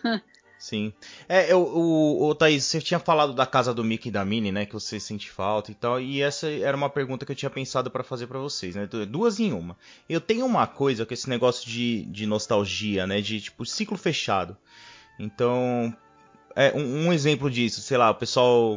Sim. É, eu, o, o Thaís, você tinha falado da casa do Mickey e da Minnie, né? Que você sente falta e tal. E essa era uma pergunta que eu tinha pensado pra fazer pra vocês, né? Duas em uma. Eu tenho uma coisa com esse negócio de, de nostalgia, né? De tipo ciclo fechado. Então, é um, um exemplo disso, sei lá, o pessoal.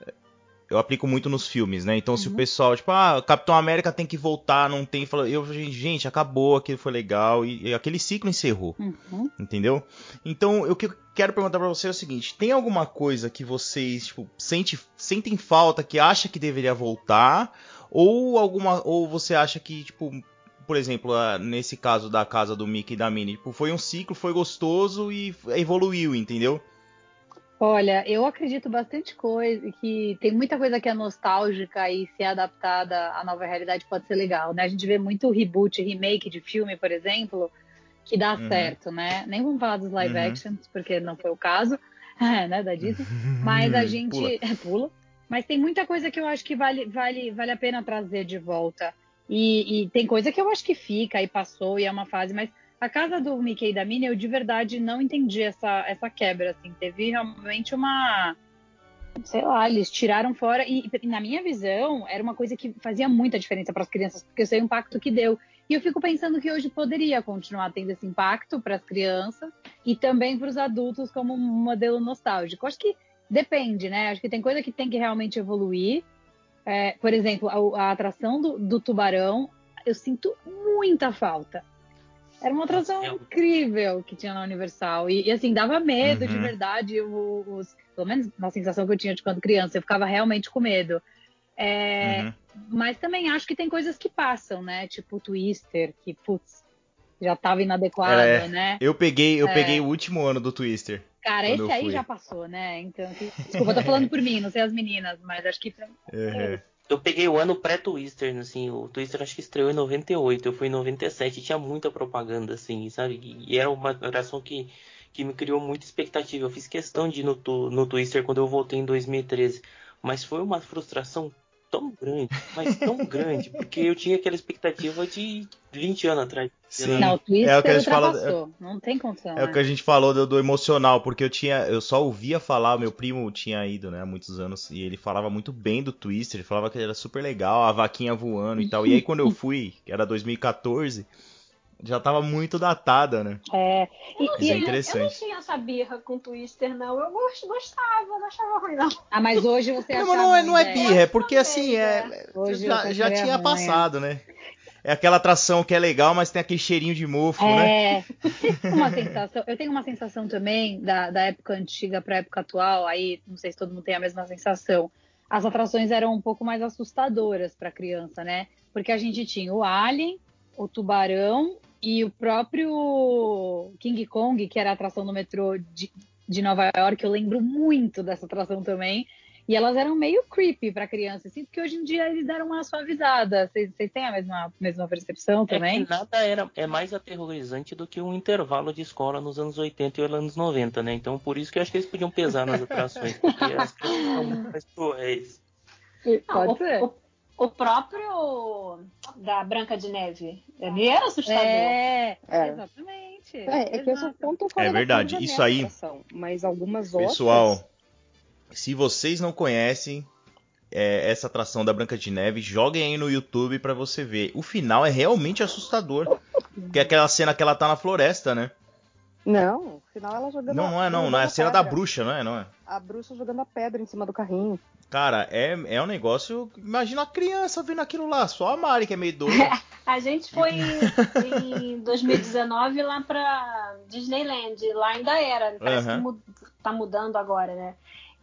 Eu aplico muito nos filmes, né? Então, se o Uhum. pessoal, tipo, ah, Capitão América tem que voltar, não tem. Fala, eu, gente, acabou, aquilo foi legal. E, e aquele ciclo encerrou. Uhum. Entendeu? Então, o que eu quero perguntar pra você é o seguinte: tem alguma coisa que vocês, tipo, sente, sentem falta, que acha que deveria voltar? Ou alguma, ou você acha que, tipo, por exemplo, ah, nesse caso da casa do Mickey e da Minnie, tipo, foi um ciclo, foi gostoso e evoluiu, entendeu? Olha, eu acredito bastante coisa, que tem muita coisa que é nostálgica e se adaptada à nova realidade pode ser legal, né? A gente vê muito reboot, remake de filme, por exemplo, que dá Uhum. certo, né? Nem vamos falar dos live Uhum. actions, porque não foi o caso, né, da Disney, mas a Pula. gente pula. Mas tem muita coisa que eu acho que vale, vale, vale a pena trazer de volta. E, e tem coisa que eu acho que fica e passou e é uma fase, mas a casa do Mickey e da Minnie, eu de verdade não entendi essa, essa quebra, assim. Teve realmente uma, sei lá, eles tiraram fora e, e na minha visão era uma coisa que fazia muita diferença para as crianças, porque eu sei o impacto que deu. E eu fico pensando que hoje poderia continuar tendo esse impacto para as crianças e também para os adultos como um modelo nostálgico. Acho que depende, né? Acho que tem coisa que tem que realmente evoluir. É, por exemplo, a, a atração do, do tubarão, eu sinto muita falta. Era uma nossa, atração eu, incrível que tinha na Universal. E, e, assim, dava medo de Uhum. verdade. Os, os- pelo menos na sensação que eu tinha de quando criança, eu ficava realmente com medo. É, Uhum. mas também acho que tem coisas que passam, né? Tipo o Twister, que, putz, já estava Era, inadequado, é, né? eu peguei, eu peguei É, o último ano do Twister cara, quando eu esse aí já fui. passou, né? Então, que- desculpa, eu tô falando por mim, não sei as meninas, mas acho que. Uhum. eu peguei o ano pré-Twister, assim, o Twister acho que estreou em noventa e oito, eu fui em noventa e sete, e tinha muita propaganda, assim, sabe? E era uma atração que, que me criou muita expectativa. Eu fiz questão de ir no, tu- no Twister quando eu voltei em dois mil e treze, mas foi uma frustração tão grande, mas tão grande, porque eu tinha aquela expectativa de vinte anos atrás. Não, Sim, o é o que a Twister gente fala. É, ultrapassou. Não tem condição, é o que né? a gente falou do, do emocional, porque eu tinha, eu só ouvia falar, meu primo tinha ido, né, há muitos anos, e ele falava muito bem do Twister, ele falava que era super legal, a vaquinha voando e tal. E aí quando eu fui, que era dois mil e quatorze, já tava muito datada, né? É, Eu não e, Mas é e- tinha, eu não interessante. tinha essa birra com Twister, não. Eu gost- gostava, não achava ruim, não. ah, mas hoje você Não, mas acha não é, ruim, não é velho. birra, é Hoje porque assim, também, é, né? é- Hoje você já, já acharia tinha ruim. É. passado, né? É aquela atração que é legal, mas tem aquele cheirinho de mofo, né? É, vocês têm uma sensação, eu tenho uma sensação também da, da época antiga para a época atual, aí não sei se todo mundo tem a mesma sensação. As atrações eram um pouco mais assustadoras para criança, né? Porque a gente tinha o Alien, o Tubarão e o próprio King Kong, que era a atração do metrô de, de Nova York. Eu lembro muito dessa atração também. E elas eram meio creepy para criança, assim, porque hoje em dia eles deram uma suavizada. Vocês, vocês têm a mesma, mesma percepção É que também? nada era, é mais aterrorizante do que um intervalo de escola nos anos oitenta e anos noventa, né? Então por isso que eu acho que eles podiam pesar nas atrações, porque as crianças são muito mais cruéis. Não, Pode o, ser. o, o próprio da Branca de Neve, ele era assustador. É, É. exatamente. É, é que eu sou Exato. ponto É fora da verdade. curva Isso nessa aí, atração, mas algumas pessoal, outras. se vocês não conhecem é, essa atração da Branca de Neve, joguem aí no YouTube pra você ver. O final é realmente assustador. Porque é aquela cena que ela tá na floresta, né? Não, no final ela jogando. Não, não é não, jogando não é a cena da pedra. bruxa, não é? Não é? A bruxa jogando a pedra em cima do carrinho. Cara, é, é um negócio. Imagina a criança vendo aquilo lá, só a Mari que é meio doida. A gente foi em, em dois mil e dezenove lá pra Disneyland, lá ainda era, parece Aham. que mu- tá mudando agora, né?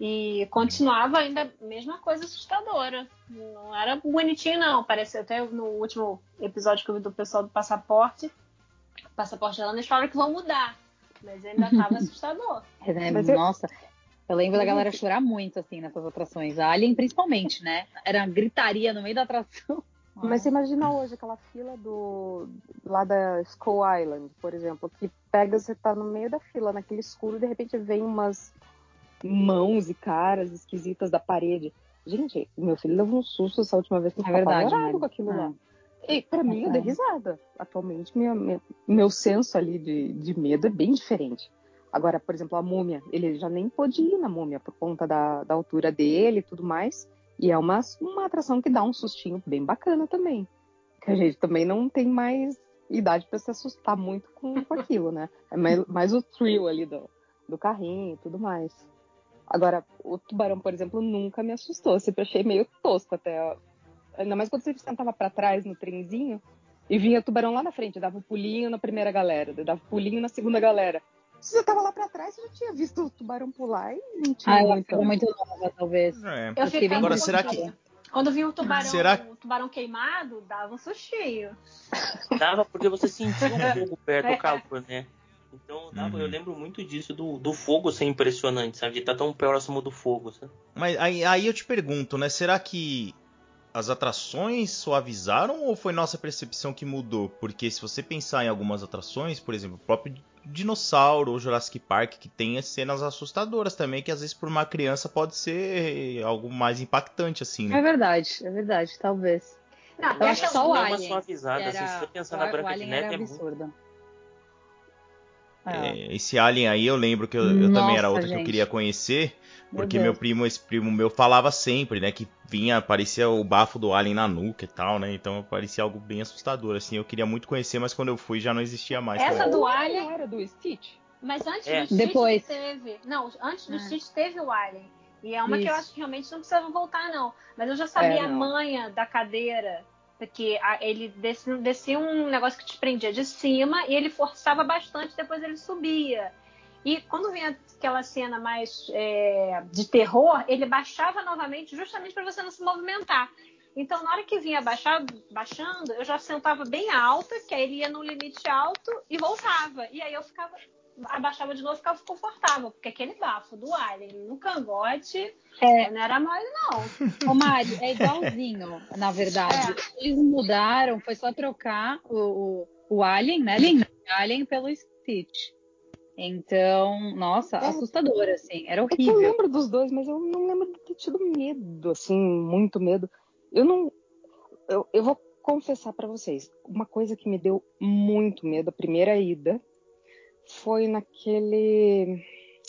E continuava ainda a mesma coisa assustadora. Não era bonitinho, não. Pareceu até no último episódio que eu vi do pessoal do Passaporte. Passaporte lá, eles falaram que vão mudar. Mas ainda tava assustador. É, né? Mas eu- Nossa, eu lembro da galera Gente. chorar muito, assim, nessas atrações. A Alien, principalmente, né? Era uma gritaria no meio da atração. Mas você imagina hoje aquela fila do lá da Skull Island, por exemplo, que pega, você tá no meio da fila, naquele escuro, e de repente vem umas mãos e caras esquisitas da parede. Gente, meu filho levou um susto essa última vez que ele É ficou verdade, apavorado né? com aquilo É. lá. E pra mim, eu É. dei risada. Atualmente, minha, minha- meu senso ali de, de medo é bem diferente. Agora, por exemplo, a múmia, ele já nem pôde ir na múmia por conta da, da altura dele e tudo mais. E é uma, uma atração que dá um sustinho bem bacana também. Que a gente também não tem mais idade pra se assustar muito com, com aquilo, né? É mais, mais o thrill ali do, do carrinho e tudo mais. Agora, o tubarão, por exemplo, nunca me assustou. Sempre achei meio tosco até. ó. Ainda mais quando você sentava pra trás no trenzinho e vinha o tubarão lá na frente, dava um pulinho na primeira galera, dava um pulinho na segunda galera. Se você tava lá pra trás, você já tinha visto o tubarão pular e não tinha Ah, eu muita. ficava muito nova, talvez. É. Eu Eu fiquei bem ficava Agora, um será pouquinho. que- Quando vinha o tubarão, Será- o tubarão queimado, dava um sustinho. Dava porque você sentia um fogo perto É. do calor, né? Então dava, Uhum. eu lembro muito disso, do, do fogo ser impressionante, sabe? De estar tão próximo do fogo, sabe? Mas aí, aí eu te pergunto, né? Será que as atrações suavizaram ou foi nossa percepção que mudou? Porque se você pensar em algumas atrações, por exemplo, o próprio Dinossauro ou Jurassic Park, que tem as cenas assustadoras também, que às vezes por uma criança pode ser algo mais impactante, assim, É né? verdade, é verdade, talvez. Não, Eu acho que só o Deu uma Alien. suavizada, que assim, se Era, você pensar o, na o Branca de Alien Neve, era é muito. absurdo. É. É, esse Alien aí eu lembro que eu, eu também era Nossa, outra que eu gente. queria conhecer, Meu porque Deus. meu primo, esse primo meu falava sempre, né, que vinha, parecia o bafo do Alien na nuca e tal, né, então parecia algo bem assustador, assim, eu queria muito conhecer, mas quando eu fui já não existia mais. Essa também. do Não Alien, era do Stitch? mas antes É. do Stitch Depois. teve. Não, antes do É. Stitch teve o Alien. E é uma que eu Isso. acho que realmente não precisava voltar, não. Mas eu já sabia É, a não. manha da cadeira. Porque a- ele descia, descia um negócio que te prendia de cima e ele forçava bastante, depois ele subia. E quando vinha aquela cena mais é, de terror, ele baixava novamente justamente para você não se movimentar. Então, na hora que vinha baixar, baixando, eu já sentava bem alta, que aí ele ia no limite alto e voltava. E aí eu ficava, abaixava de novo e ficava confortável, porque aquele bafo do Alien no cangote É. não era mole, não. Ô, Mari, é igualzinho, na verdade. Eles mudaram, foi só trocar o, o, o Alien, né? Alien pelo Stitch. Então, nossa, É. assustador, assim. Era É que eu horrível. lembro dos dois, mas eu não lembro de ter tido medo, assim, muito medo. Eu não. Eu, eu vou confessar pra vocês, uma coisa que me deu muito medo, a primeira ida, foi naquele.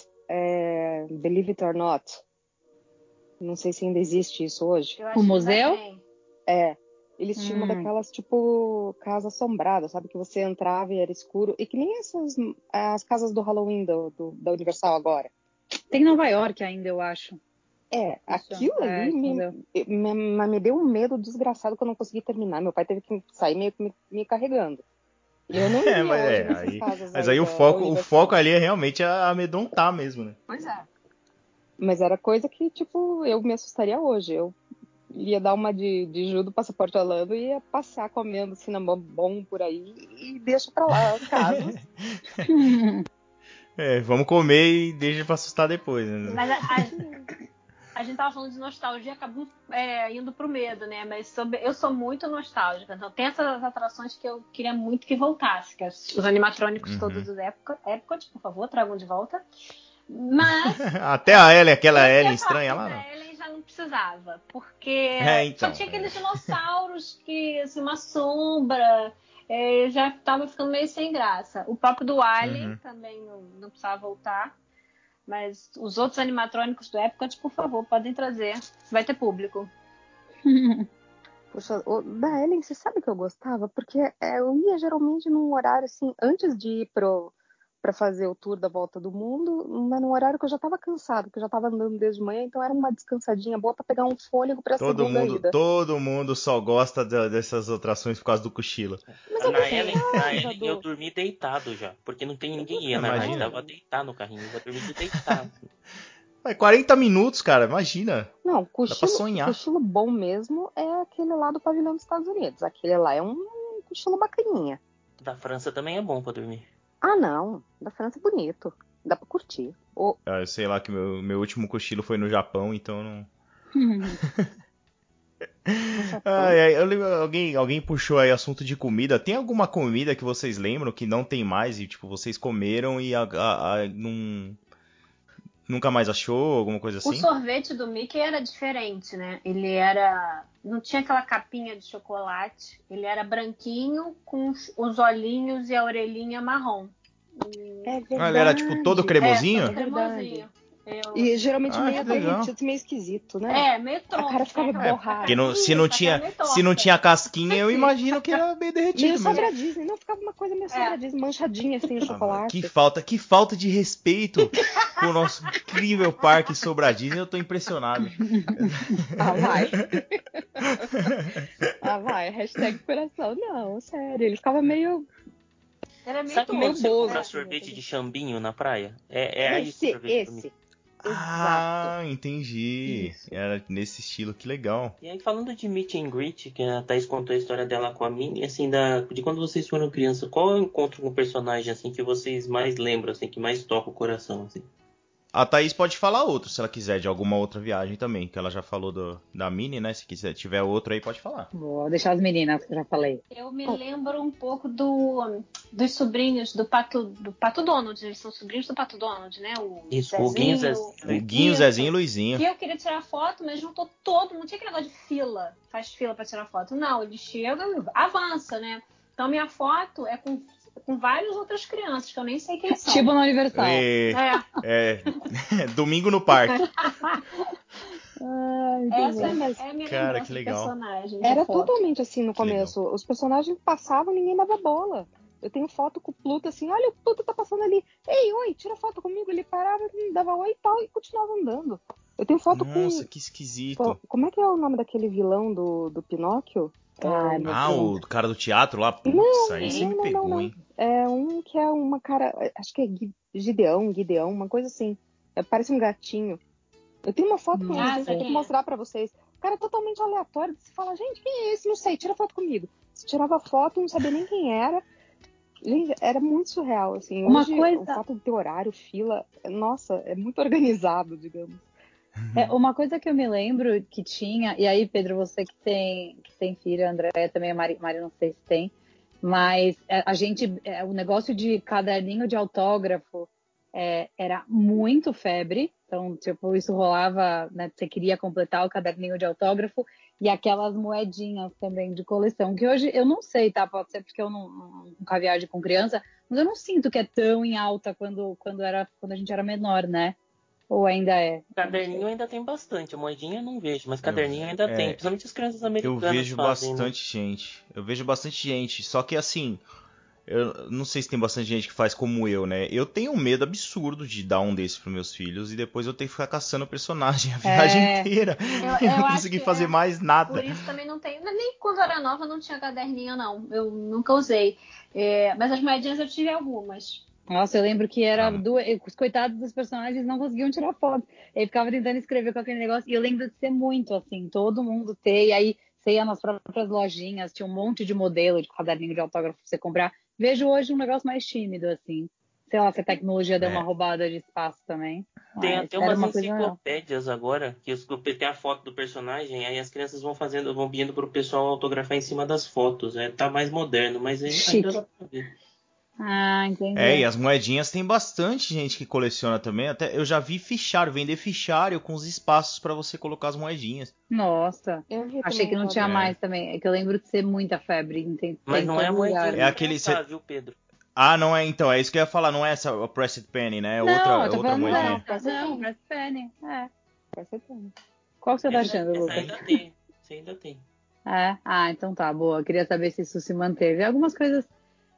É, Believe It or Not. Não sei se ainda existe isso hoje. Eu O acho que museu? ainda tem. É. Eles tinham uma Hum. daquelas, tipo, casa assombrada, sabe? Que você entrava e era escuro. E que nem essas. As casas do Halloween do, do- da Universal agora. Tem em Nova York ainda, eu acho. É, Isso, aquilo é, ali esse me, museu. me, me- me deu um medo desgraçado que eu não consegui terminar. Meu pai teve que sair meio que me, me carregando. E eu não É, iria mas, hoje é, nessas aí, casas mas aí, aí o da, da foco, o Universal. foco ali é realmente a amedrontar mesmo, né? Pois é. Mas era coisa que, tipo, eu me assustaria hoje. Eu ia dar uma de, de Ju do Passaporte Orlando e ia passar comendo cinnamon bom por aí e deixa pra lá as casas. É, vamos comer e deixa pra assustar depois, né? Mas a, a, a gente tava falando de nostalgia, acabou é, indo pro medo, né? Mas sobre, eu sou muito nostálgica. Então tem essas atrações que eu queria muito que voltasse. Que os animatrônicos Uhum. todos da época, Epcot, por favor, tragam de volta. Mas Até a Ellen, aquela eu ia Ellen falar, estranha o lá, da não. Ellen já não precisava. Porque É, então, só tinha é. aqueles dinossauros que, assim, uma sombra. É, já tava ficando meio sem graça. O próprio do Alien Uhum. também não, não precisava voltar. Mas os outros animatrônicos do Epcot, por favor, podem trazer. Vai ter público. Poxa, o, da Ellen, você sabe que eu gostava? Porque é, eu ia geralmente num horário assim, antes de ir pro, pra fazer o tour da volta do mundo, mas num horário que eu já tava cansado, que eu já tava andando desde manhã, então era uma descansadinha boa pra pegar um fôlego pra Todo segunda mundo, ida. todo mundo só gosta da- dessas atrações por causa do cochilo. Mas eu Na gostei, Ellen, na Ellen eu Du. dormi deitado já, porque não tem ninguém ia, É, na verdade, imagina. dava deitar no carrinho, eu já dormi de deitado. É quarenta minutos, cara, imagina. Não, Dá pra cochilo, sonhar. cochilo bom mesmo é aquele lá do pavilhão dos Estados Unidos. Aquele lá é um cochilo bacaninha. Da França também é bom pra dormir. Ah, não. Da França é bonito. Dá pra curtir. O... Ah, eu sei lá que meu, meu último cochilo foi no Japão, então não. Ai, ai, eu lembro, alguém, alguém puxou aí assunto de comida. Tem alguma comida que vocês lembram que não tem mais e tipo vocês comeram e a, a- a- não- nunca mais achou, alguma coisa O assim? sorvete do Mickey era diferente, né? Ele era. Não tinha aquela capinha de chocolate. Ele era branquinho com os- os olhinhos e a orelhinha marrom. É verdade. Ah, ele era tipo todo cremosinho? É, É todo verdade. cremosinho. Eu- E geralmente Ah, meio que legal. derretido, meio esquisito, né? É, meio tronco. A cara ficava né? borrada. Porque não- se, não Isso, a cara tinha, meio se não torta. tinha casquinha, eu imagino que era bem derretido Meio mesmo. sobra Disney. Não, ficava uma coisa meio sobra É. Disney, manchadinha assim, o Ah, chocolate. que falta, que falta de respeito com o nosso incrível parque Sobra Disney. Eu tô impressionado. Ah, vai. Ah, vai. Hashtag coração. Não, sério. Ele ficava meio... Era meio Sabe torto. quando você bozo, compra assim, sorvete né? de chambinho na praia? É, é aí o Esse, sorvete do Mickey. esse. Exato. Ah, entendi. Isso. Era nesse estilo, que legal. E aí, falando de meet and greet, que a Thaís contou a história dela com a Minnie, assim, da, de quando vocês foram criança, qual é o encontro com o personagem, assim, que vocês mais lembram, assim, que mais toca o coração, assim? A Thaís pode falar outro, se ela quiser, de alguma outra viagem também, que ela já falou do, da Minnie, né? Se quiser, tiver outro aí, pode falar. Vou deixar as meninas, que eu já falei. Eu me lembro um pouco do, dos sobrinhos do Pato, do Pato Donald. Eles são sobrinhos do Pato Donald, né? O Isso, o Guinho, Zezinho. Zezinho. O Guinho, Isso. Zezinho e Luizinho. Que eu queria tirar foto, mas juntou todo mundo. Não tinha aquele negócio de fila, faz fila pra tirar foto. Não, eles chegam, avança, né? Então minha foto é com, com várias outras crianças, que eu nem sei quem são. Tipo no Universal. E- É, é, domingo no parque. Ai, essa bom. Mas, é a minha cara, lembrança que de legal. personagem. de Era foto. totalmente assim no Que legal. começo. Os personagens passavam, ninguém dava bola. Eu tenho foto com o Pluto assim, olha, o Pluto tá passando ali. Ei, oi, tira foto comigo. Ele parava, dava oi e tal, e continuava andando. Eu tenho foto Nossa, com... que esquisito. Pô, como é que é o nome daquele vilão do, do Pinóquio? Ai, meu Ah, Deus. o cara do teatro lá? Putz, Não, aí você não, me não, pegou, não, não. hein? É um que é uma cara, acho que é Gui- Gideão, Gideão, uma coisa assim. É, parece um gatinho. Eu tenho uma foto com ele, Ah, gente, sei eu tenho quem que é. mostrar pra vocês. O cara é totalmente aleatório. Você fala, gente, quem é esse? Não sei, tira foto comigo. Você tirava foto, não sabia nem quem era. Gente, era muito surreal, assim. Uma Hoje, coisa- o fato de ter horário, fila, nossa, é muito organizado, digamos. É, uma coisa que eu me lembro que tinha, e aí, Pedro, você que tem, que tem filho, André também, a Mari, Mari não sei se tem, mas é, a gente, é, o negócio de caderninho de autógrafo é, era muito febre, então, tipo, isso rolava, né, você queria completar o caderninho de autógrafo, e aquelas moedinhas também de coleção, que hoje, eu não sei, tá, pode ser porque eu não, não, nunca viajo com criança, mas eu não sinto que é tão em alta quando, quando, era, quando a gente era menor, né? Ou ainda é? Caderninho ainda tem bastante, a moedinha eu não vejo, mas caderninho Eu- ainda é, tem, principalmente as crianças Eu americanas vejo fazem, né? bastante gente. Eu vejo bastante gente. Só que assim, eu não sei se tem bastante gente que faz como eu, né? Eu tenho um medo absurdo de dar um desses pros meus filhos e depois eu tenho que ficar caçando o personagem a viagem É. inteira. Eu- Eu, eu não acho consegui que fazer é. mais nada. Por isso também não tenho. Nem quando eu era nova não tinha caderninho, não. Eu nunca usei. É, mas as moedinhas eu tive algumas. Nossa, eu lembro que era Ah. duas, os coitados dos personagens não conseguiam tirar foto. Aí ficava tentando escrever com aquele negócio. E eu lembro de ser muito assim, todo mundo ter. E aí você ia nas próprias lojinhas, tinha um monte de modelo de caderninho de autógrafo pra você comprar. Vejo hoje um negócio mais tímido, assim. Sei lá se a tecnologia deu É. uma roubada de espaço também. Tem Mas até era umas uma coisa legal. enciclopédias agora, que os- tem a foto do personagem, aí as crianças vão fazendo, vão pedindo pro pessoal autografar em cima das fotos. É, tá mais moderno, mas ainda, Chique. ainda dá pra ver. Ah, entendi. É, e as moedinhas tem bastante gente que coleciona também. Até eu já vi fichário, vender fichário com os espaços pra você colocar as moedinhas. Nossa, Eu vi achei também que não uma tinha É. mais também. É que eu lembro de ser muita febre. Tem, Mas tem não todo é a moedinha lugar. de É aquele- compensar, viu, Pedro? Ah, não é então, é isso que eu ia falar, não é essa a Pressed Penny, né? É Não, outra, eu tô outra falando moedinha. dessa. Não, Não, Brad Penny. É. Vai ser bom. Qual que você tá Essa, achando, essa Lucas? ainda tem, essa ainda tem. É? Ah, então tá, boa. Queria saber se isso se manteve. Algumas coisas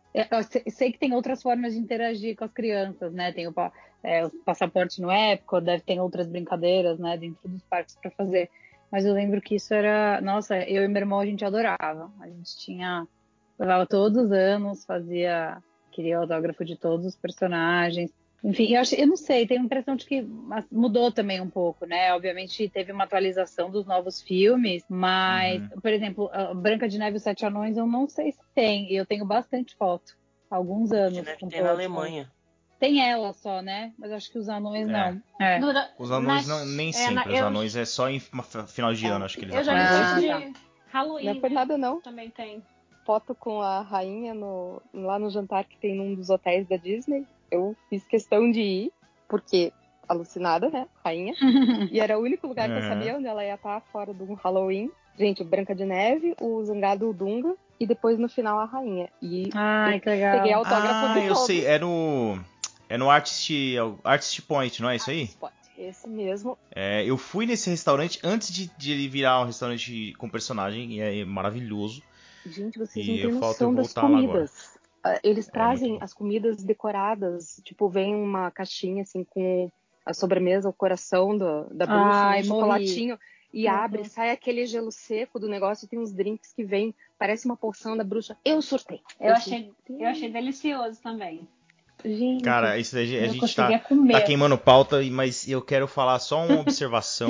É, eu se- sei que tem outras formas de interagir com as crianças, né? Tem o, pa- é, o passaporte no Epcot, deve ter outras brincadeiras, né? Dentro dos parques para fazer. Mas eu lembro que isso era... Nossa, eu e meu irmão, a gente adorava. A gente tinha... Levava todos os anos, fazia... Queria autógrafo de todos os personagens. Enfim, eu, acho, eu não sei, tenho a impressão de que mudou também um pouco, né? Obviamente teve uma atualização dos novos filmes, mas, Uhum. por exemplo, a Branca de Neve e os Sete Anões, eu não sei se tem. E eu tenho bastante foto. Há alguns De anos. neve Com tem na todos. Alemanha. Tem ela só, né? Mas acho que os anões É. não. É. Dura- Os anões nas- não, nem é, sempre, na- os eu, anões é só em uma f- final de É. ano, acho que eles eu já vi aparecem. Ah, foto de tá. Halloween, Não é por né? nada, não. Também tem. Foto com a rainha no, lá no jantar que tem num dos hotéis da Disney. Eu fiz questão de ir, porque alucinada, né? Rainha. E era o único lugar que eu Uhum. sabia onde ela ia estar fora do Halloween. Gente, o Branca de Neve, o Zangado, o Dunga e depois no final a rainha. E Ai, que legal. peguei autógrafo Ah, de eu todos. sei, é no... É no Artist, é o Artist Point, não é isso aí? Spot. Esse mesmo. É, eu fui nesse restaurante antes de, de ele virar um restaurante com personagem, e é maravilhoso. Gente, vocês E não têm eu falta noção eu das voltar lá agora. comidas. Ah, Eles É trazem muito bom. as comidas decoradas. Tipo, vem uma caixinha assim com a sobremesa, o coração do- da bruxa, Ai, um morri. chocolatinho. E Uhum. abre, sai aquele gelo seco do negócio e tem uns drinks que vem. Parece uma poção da bruxa. Eu surtei. Eu achei, surtei. eu achei delicioso também. Gente, Cara, isso daí a Eu gente conseguia tá, comer. tá queimando pauta, mas eu quero falar só uma observação.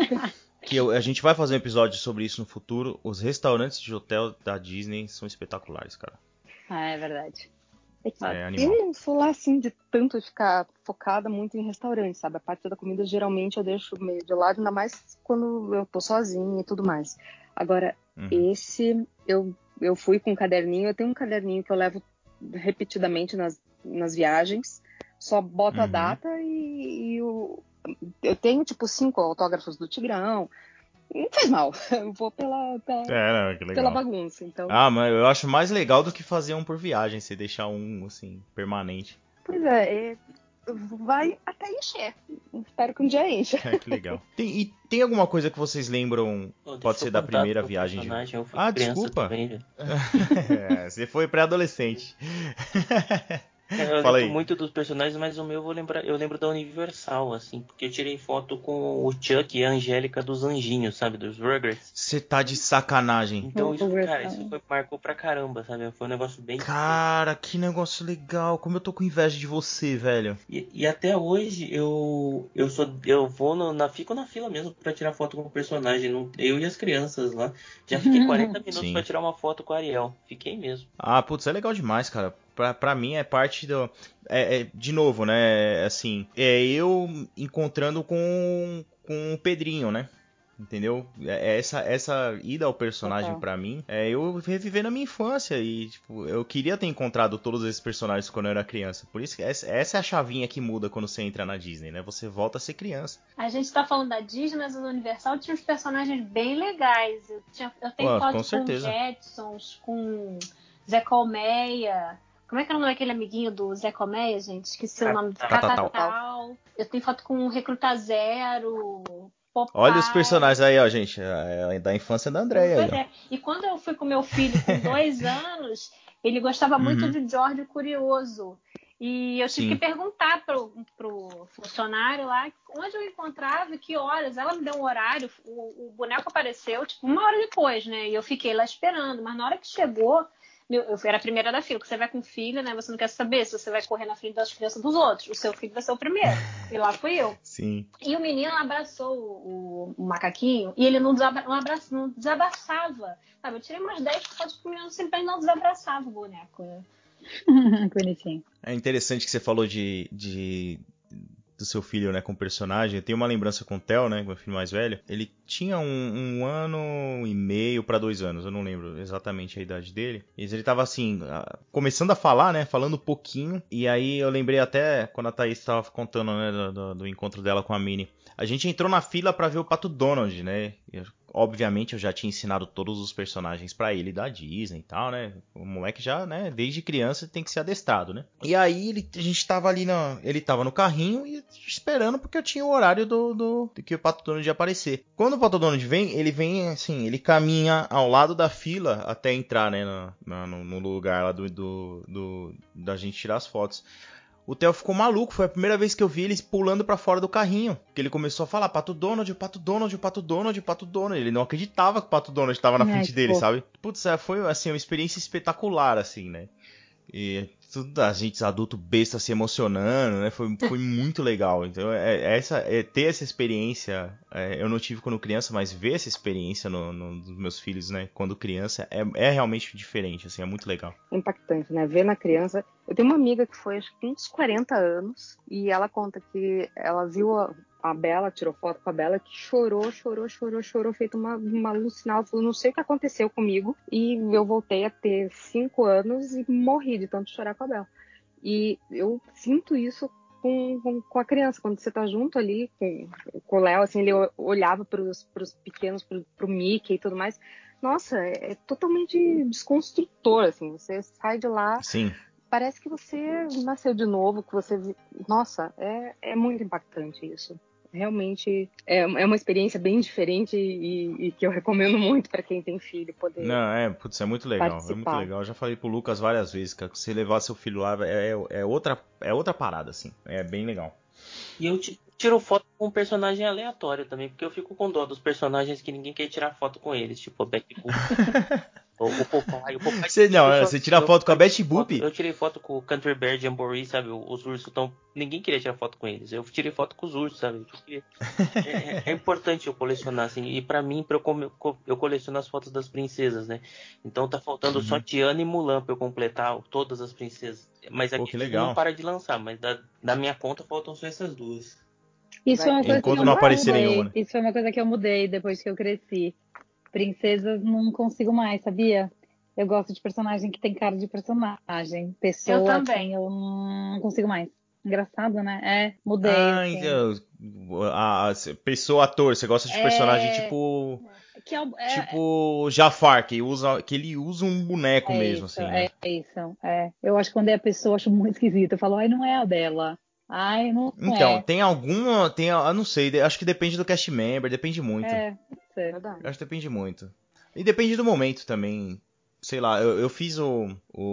Que eu- a gente vai fazer um episódio sobre isso no futuro. Os restaurantes de hotel da Disney são espetaculares, cara. Ah, é verdade. é que É animal. eu não sou lá assim de tanto ficar focada muito em restaurante, sabe? A parte da comida geralmente eu deixo meio de lado, ainda mais quando eu tô sozinha e tudo mais. Agora, Uhum. esse eu, eu fui com um caderninho, eu tenho um caderninho que eu levo repetidamente nas, nas viagens, só boto a Uhum. data e, e o, eu tenho tipo cinco autógrafos do Tigrão. Não faz mal, eu vou pela, pela, É, não, que pela legal. bagunça, então. Ah, mas eu acho mais legal do que fazer um por viagem, você deixar um, assim, permanente. Pois é, é, vai até encher. Espero que um dia encha. É, que legal. Tem, e tem alguma coisa que vocês lembram, Pô, deixa pode eu ser da contar primeira do viagem de... personagem, eu fui Ah, criança desculpa. também, velho. É, você foi pré-adolescente. Cara, eu Fala lembro aí. muito dos personagens, mas o meu eu vou lembrar, eu lembro da Universal, assim, porque eu tirei foto com o Chuck e a Angélica dos Anjinhos, sabe, dos Rugrats. Você tá de sacanagem. Então isso, Rugrats, cara, ah. isso foi, marcou pra caramba, sabe? Foi um negócio bem Cara, que negócio legal. Como eu tô com inveja de você, velho. E, e até hoje eu eu sou eu vou no- na fico na fila mesmo pra tirar foto com o personagem, não- eu e as crianças lá. Já fiquei quarenta minutos Sim. pra tirar uma foto com a Ariel. Fiquei mesmo. Ah, putz, é legal demais, cara. Pra, pra mim é parte do... É, é, de novo, né? Assim, é eu encontrando com, com o Pedrinho, né? Entendeu? É essa, essa ida ao personagem Total. pra mim é eu reviver na minha infância. E, tipo, eu queria ter encontrado todos esses personagens quando eu era criança. Por isso que essa, essa é a chavinha que muda quando você entra na Disney, né? Você volta a ser criança. A gente tá falando da Disney, mas a Universal tinha uns personagens bem legais. Eu, tinha, eu tenho Pô, foto com com certeza. Jetsons, com Zé Colmeia. Como é que é o nome daquele amiguinho do Zé Colmeia, gente? Esqueci o nome do Catatal. Catatal. Eu tenho foto com Recruta Zero, Popeye. Olha os personagens aí, ó, gente. É da infância da Andréia aí, Pois ó. é. E quando eu fui com meu filho com dois anos, ele gostava muito Uhum. de George o Curioso. E eu tive Sim. que perguntar pro, pro funcionário lá onde eu encontrava e que horas. Ela me deu um horário, o, o boneco apareceu tipo uma hora depois, né? E eu fiquei lá esperando. Mas na hora que chegou, meu, eu era a primeira da fila, porque você vai com filho, né? Você não quer saber se você vai correr na frente das crianças dos outros. O seu filho vai ser o primeiro. E lá fui eu. Sim. E o menino abraçou o, o macaquinho e ele não, desabra, não, abraça, não desabraçava. Sabe? Eu tirei umas dez fotos com o menino, simplesmente não desabraçava o boneco. Né? Bonitinho. É interessante que você falou de, de do seu filho, né, com personagem. Eu tenho uma lembrança com o Theo, né, meu filho mais velho. Ele tinha um, um ano e meio pra dois anos, eu não lembro exatamente a idade dele. Mas ele tava assim, começando a falar, né, falando um pouquinho. E aí eu lembrei até quando a Thaís tava contando, né, do, do encontro dela com a Minnie. A gente entrou na fila pra ver o Pato Donald, né? obviamente eu já tinha ensinado todos os personagens pra ele da Disney e tal, né? O moleque já, né, desde criança tem que ser adestrado, né? E aí ele, a gente tava ali, na, ele tava no carrinho e esperando porque eu tinha o horário do, do, do que o Pato Donald ia aparecer. Quando o Pato Donald vem, ele vem assim, ele caminha ao lado da fila até entrar, né, no, no, no lugar lá do, do, do, da gente tirar as fotos. O Theo ficou maluco, foi a primeira vez que eu vi ele pulando pra fora do carrinho. Que ele começou a falar, Pato Donald, o Pato Donald, o Pato Donald, o Pato Donald. Ele não acreditava que o Pato Donald tava na Ai, frente que dele, fofo. sabe? Putz, é, foi assim, uma experiência espetacular, assim, né? E tudo a gente adulto besta se emocionando, né? Foi, foi muito legal. Então, é, é essa, é, ter essa experiência, é, eu não tive quando criança, mas ver essa experiência no, no, nos meus filhos, né? Quando criança, é, é realmente diferente, assim, é muito legal. É impactante, né? Ver na criança. Eu tenho uma amiga que foi, acho que uns quarenta anos, e ela conta que ela viu a, a Bela, tirou foto com a Bela, que chorou, chorou, chorou, chorou, feito uma, uma alucinada. Ela falou, não sei o que aconteceu comigo, e eu voltei a ter cinco anos e morri de tanto chorar com a Bela. E eu sinto isso com, com, com a criança, quando você tá junto ali com, com o Léo, assim, ele olhava pros, pros pequenos, pro, pro Mickey e tudo mais. Nossa, é, é totalmente desconstrutor, assim, você sai de lá, Sim. parece que você nasceu de novo, que você... Nossa, é, é muito impactante isso. Realmente é, é uma experiência bem diferente e, e que eu recomendo muito para quem tem filho poder Não, é, putz, é muito legal, é muito participar. legal. Eu já falei pro Lucas várias vezes, cara, que se levar seu filho lá é, é, é outra, é outra parada, assim. É bem legal. E eu ti- tiro foto com um personagem aleatório também, porque eu fico com dó dos personagens que ninguém quer tirar foto com eles, tipo o Betty Boop, o, o Popeye. O Popeye Você, não, eu é, só- você tira eu- foto com a eu Betty tirei foto- Boop? Eu tirei foto com o Country Bear Jamboree, sabe? Os ursos tão... Ninguém queria tirar foto com eles. Eu tirei foto com os ursos, sabe? Eu queria- É, é- é importante eu colecionar, assim. E pra mim, pra eu, come- co- eu coleciono as fotos das princesas, né? Então tá faltando só Uhum. Tiana e Mulan pra eu completar todas as princesas. Mas Pô, aqui que não legal. para de lançar, mas da, da minha conta faltam só essas duas. Isso Vai é uma ter. coisa que Enquanto eu não aparecer mudei. nenhuma, né? Isso foi uma coisa que eu mudei depois que eu cresci. Princesas não consigo mais, sabia? Eu gosto de personagem que tem cara de personagem. Pessoa, Eu também. assim, eu não consigo mais. Engraçado, né? É, mudei, Ah, assim. então, a, a pessoa ator, você gosta de personagem É, tipo que é, o- é, tipo Jafar, que usa que ele usa um boneco é mesmo, isso, assim, né? é isso. É. Eu acho que quando é a pessoa, eu acho muito esquisito. Eu falo, ai, não é a Bela. Ai, não Então, é. tem alguma, tem, eu não sei, acho que depende do cast member, depende muito. É, pode ser. Verdade. Eu acho que depende muito. E depende do momento também. Sei lá, eu, eu fiz o,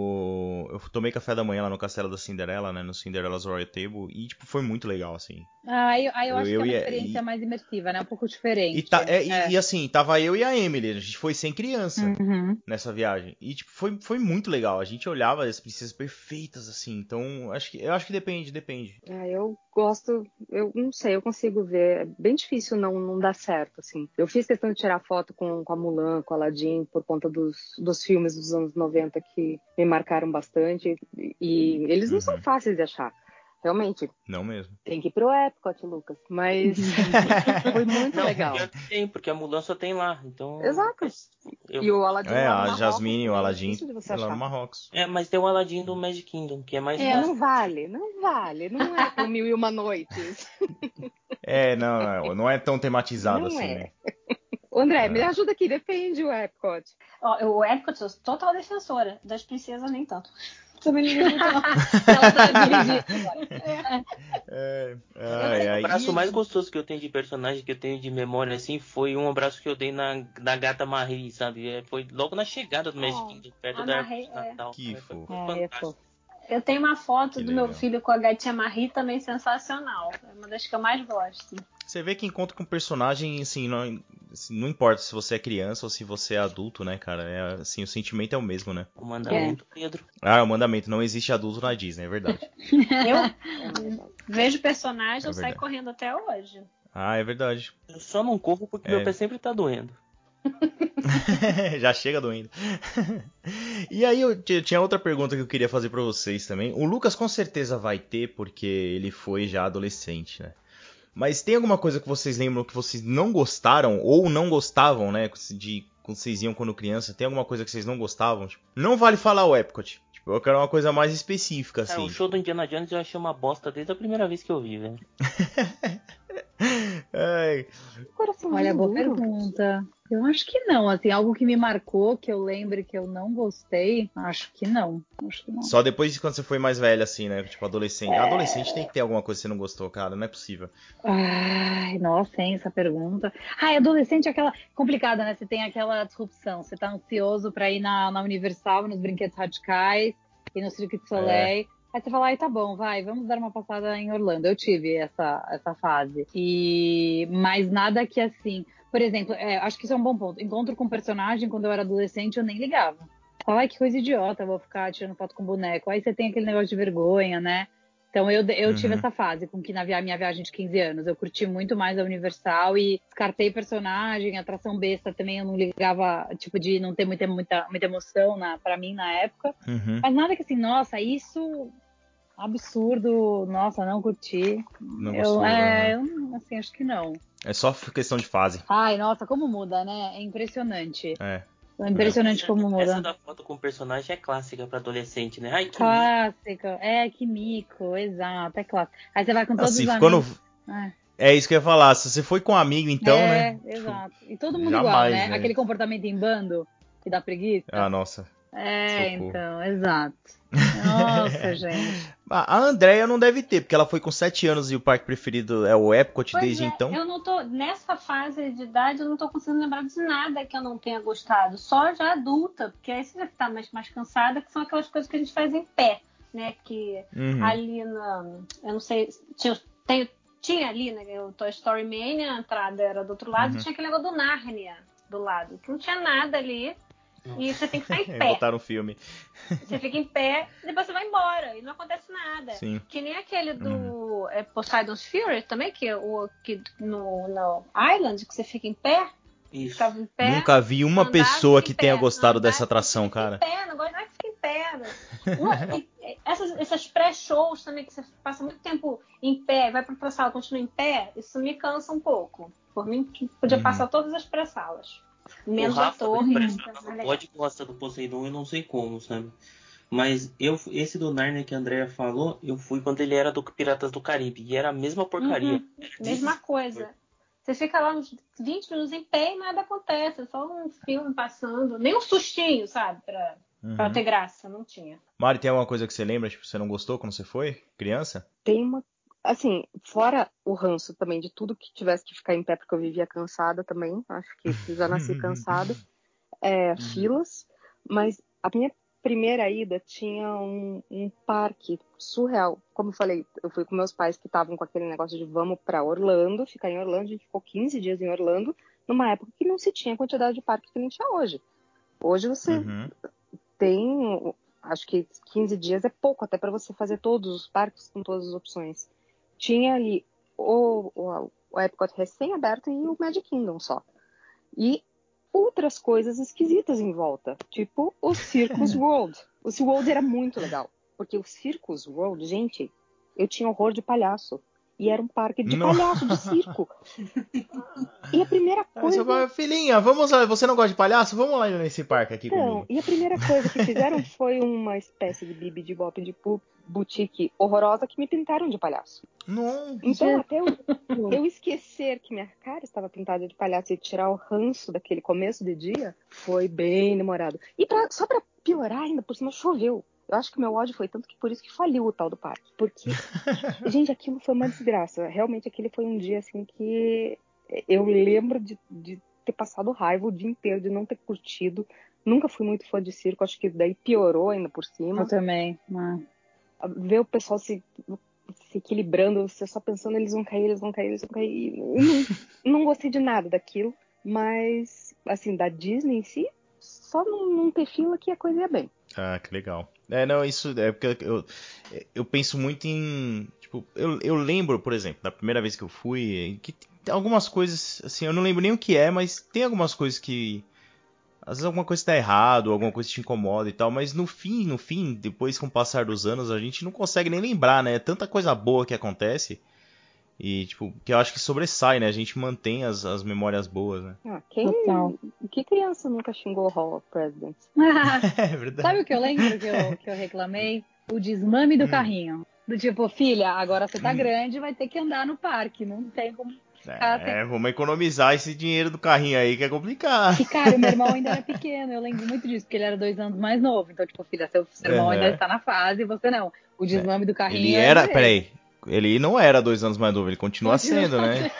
o. Eu tomei café da manhã lá no Castelo da Cinderela, né? No Cinderella's Royal Table. E, tipo, foi muito legal, assim. Ah, eu, ah, eu Eu, acho que é eu uma ia. experiência E, mais imersiva, né? Um pouco e, diferente. tá, é, e, É. e, assim, tava eu e a Emily. A gente foi sem criança Uhum. nessa viagem. E, tipo, foi, foi muito legal. A gente olhava as princesas perfeitas, assim. Então, acho que, eu acho que depende, depende. Ah, eu gosto, eu não sei, eu consigo ver. É bem difícil não, não dar certo, assim. Eu fiz questão de tirar foto com, com a Mulan, com a Aladdin, por conta dos, dos filmes dos anos noventa que me marcaram bastante. E, e eles não são Uhum. fáceis de achar. Realmente, Não mesmo. tem que ir pro Epcot, Lucas. Mas foi muito Não, legal. pior que tem, porque a Mulan só tem lá. Então. Exato. Eu... E o Aladdin É, lá no a Marrocos Jasmine e o também é Aladdin difícil de você foi lá no achar. Marrocos. É, mas tem o Aladdin do Magic Kingdom, que é mais É, Mas fácil. não vale, não vale. Não é com Mil e Uma Noites. É, não, não, não é tão tematizado Não assim, é. né? Ô, André, É. me ajuda aqui, defende o Epcot. Ó, o Epcot, eu sou total defensora. Das princesas, nem tanto. Também não ligo muito, não. ela tá dividindo agora. É, Eu ai, tenho- O ai, abraço e- mais gostoso que eu tenho de personagem, que eu tenho de memória, assim, foi um abraço que eu dei na, na gata Marie, sabe? É, foi logo na chegada do Magic Oh, Kingdom, perto a da Marie, árvore de é. Natal. Que É, foi, fofo. foi É, é fantástico. fofo. Eu tenho uma foto Que do meu legal. filho com a gatinha Marie também sensacional. É uma das que eu mais gosto. Você vê que encontra com personagem, assim não, assim, não importa se você é criança ou se você é adulto, né, cara? É, assim, o sentimento é o mesmo, né? O mandamento, É. Pedro. Ah, é o mandamento, não existe adulto na Disney, é verdade. Eu vejo personagem, É eu saio verdade. correndo até hoje. Ah, é verdade. Eu só não corro porque É. meu pé sempre tá doendo. Já chega doendo. E aí eu t- tinha outra pergunta que eu queria fazer pra vocês também. O Lucas com certeza vai ter, porque ele foi já adolescente, né? Mas tem alguma coisa que vocês lembram que vocês não gostaram ou não gostavam, né? De quando vocês iam quando criança? Tem alguma coisa que vocês não gostavam? Tipo, não vale falar o Epcot. Tipo, eu quero uma coisa mais específica, Cara, assim. o show do Indiana Jones eu achei uma bosta desde a primeira vez que eu vi, velho. Ai, Coraçãozinho Olha, boa duro. pergunta. Eu acho que não, assim, algo que me marcou, que eu lembre que eu não gostei, acho que não. Acho que não. Só depois de quando você foi mais velha, assim, né? Tipo, adolescente. Adolescente tem que ter alguma coisa que você não gostou, cara. Não é possível. Ai, nossa, hein, essa pergunta. Ai, adolescente é aquela complicada, né? Você tem aquela disrupção. Você tá ansioso pra ir na, na Universal, nos brinquedos radicais e no Cirque du Soleil. Aí você fala, ai, tá bom, vai, vamos dar uma passada em Orlando. Eu tive essa, essa fase. E mais nada que assim. Por exemplo, é, acho que isso é um bom ponto. Encontro com personagem, quando eu era adolescente, eu nem ligava. Falava, ai, que coisa idiota, eu vou ficar tirando foto com boneco. Aí você tem aquele negócio de vergonha, né? Então eu, eu tive Uhum. essa fase com que na via- minha viagem de quinze anos eu curti muito mais a Universal e descartei personagem, atração besta também eu não ligava, tipo, de não ter muita, muita, muita emoção na, pra mim na época. Uhum. Mas nada que assim, nossa, isso absurdo, nossa, não curti. Não Eu, gostou, é, uhum. eu, assim, acho que não. É só questão de fase. Ai, nossa, como muda, né? É impressionante. É. É impressionante Essa, como essa muda. da foto com o personagem é clássica pra adolescente, né? Ai, que mico. Clássica. É, que mico, exato, é clássico. Aí você vai com todos Assim, os quando... amigos. É. É isso que eu ia falar. Se você foi com um amigo, então, É, né? exato. Tipo, E todo mundo jamais, igual, né? né? Aquele comportamento em bando que dá preguiça. Ah, nossa. É, Socorro. então, exato. Nossa, gente. A Andrea não deve ter, porque ela foi com sete anos e o parque preferido é o Epcot Pois desde é, então. eu não tô. Nessa fase de idade, eu não tô conseguindo lembrar de nada que eu não tenha gostado. Só já adulta, porque aí você já tá mais, mais cansada, que são aquelas coisas que a gente faz em pé, né? Que Uhum. ali na. Eu não sei. Tinha, tem, tinha ali, né? O Toy Story Mania, a entrada era do outro lado, Uhum. e tinha aquele negócio do Narnia do lado. Que não tinha nada ali. E você tem que ficar em pé. Botaram o filme. Você fica em pé, depois você vai embora e não acontece nada. Sim. Que nem aquele do Uhum. é, Poseidon's Fury também, que é o que no, no Island, que você fica em pé, Isso. ficava em pé. Nunca vi uma andar, pessoa fica que em pé, tenha gostado andar, dessa atração, fica cara. em pé, não gosto, não é que fica em pé. Não, e, e, essas, essas pré-shows também, que você passa muito tempo em pé, vai pra outra sala, continua em pé, isso me cansa um pouco. Por mim, que podia Uhum. passar todas as pré-salas. Menos O a Rafa, torre. parece que Então, não é legal. pode gosta do Poseidon, eu não sei como, sabe? Mas eu, esse do Narnia que a Andrea falou, eu fui quando ele era do Piratas do Caribe. E era a mesma porcaria. Uhum, mesma coisa. Você fica lá uns vinte minutos em pé e nada acontece. É só um filme passando. Nem um sustinho, sabe? Pra, pra Uhum. ter graça. Não tinha. Mari, tem alguma coisa que você lembra, tipo, você não gostou quando você foi? Criança? Tem uma. Assim, fora o ranço também de tudo que tivesse que ficar em pé, porque eu vivia cansada também. Acho que já nasci cansada. É, filas. Mas a minha primeira ida tinha um, um parque surreal. Como eu falei, eu fui com meus pais que estavam com aquele negócio de vamos pra Orlando, ficar em Orlando. A gente ficou quinze dias em Orlando, numa época que não se tinha a quantidade de parque que nem tinha hoje. Hoje você Uhum. tem, acho que quinze dias é pouco até para você fazer todos os parques com todas as opções. Tinha ali o, o, o Epcot recém-aberto e o Magic Kingdom só. E outras coisas esquisitas em volta, tipo o Circus World. O Circus World era muito legal, porque o Circus World, gente, eu tinha horror de palhaço. E era um parque de Não. palhaço, de circo. E a primeira Aí você coisa... fala, filhinha, vamos lá, você não gosta de palhaço? Vamos lá nesse parque aqui Então, comigo. e a primeira coisa que fizeram foi uma espécie de Bibi de Bop de pu- boutique horrorosa que me pintaram de palhaço. Não. Então, até eu, eu esquecer que minha cara estava pintada de palhaço e tirar o ranço daquele começo de dia, foi bem demorado. E pra, só pra piorar ainda, por cima choveu. Eu acho que meu ódio foi tanto que por isso que faliu o tal do parque. Porque, gente, aquilo foi uma desgraça. Realmente, aquele foi um dia, assim, que eu lembro de, de ter passado raiva o dia inteiro, de não ter curtido. Nunca fui muito fã de circo, acho que daí piorou ainda por cima. Eu também. Ah. Ver o pessoal se, se equilibrando, você só pensando, eles vão cair, eles vão cair, eles vão cair. Eu não, não gostei de nada daquilo, mas, assim, da Disney em si, só não, não ter fila que a coisa ia bem. Ah, que legal. É, não, isso é porque eu, eu penso muito em. Tipo, eu, eu lembro, por exemplo, da primeira vez que eu fui, que tem algumas coisas, assim, eu não lembro nem o que é, mas tem algumas coisas que. Às vezes alguma coisa tá errado, alguma coisa te incomoda e tal, mas no fim, no fim, depois com o passar dos anos, a gente não consegue nem lembrar, né? É tanta coisa boa que acontece. E, tipo, que eu acho que sobressai, né? A gente mantém as, as memórias boas, né? Ah, quem, Total. que criança nunca xingou o Hall of Presidents? É verdade. Sabe o que eu lembro que eu, que eu reclamei? O desmame do Hum. carrinho. Do tipo, filha, agora você tá Hum. grande, vai ter que andar no parque. Não tem como É, vamos economizar esse dinheiro do carrinho aí, que é complicado. E, cara, o meu irmão ainda era pequeno, eu lembro muito disso, porque ele era dois anos mais novo. Então, tipo, filha, seu, seu irmão Uhum. ainda está na fase e você não. O deslame do carrinho Ele é era, dele. peraí, ele não era dois anos mais novo, ele continua, Continua sendo, né?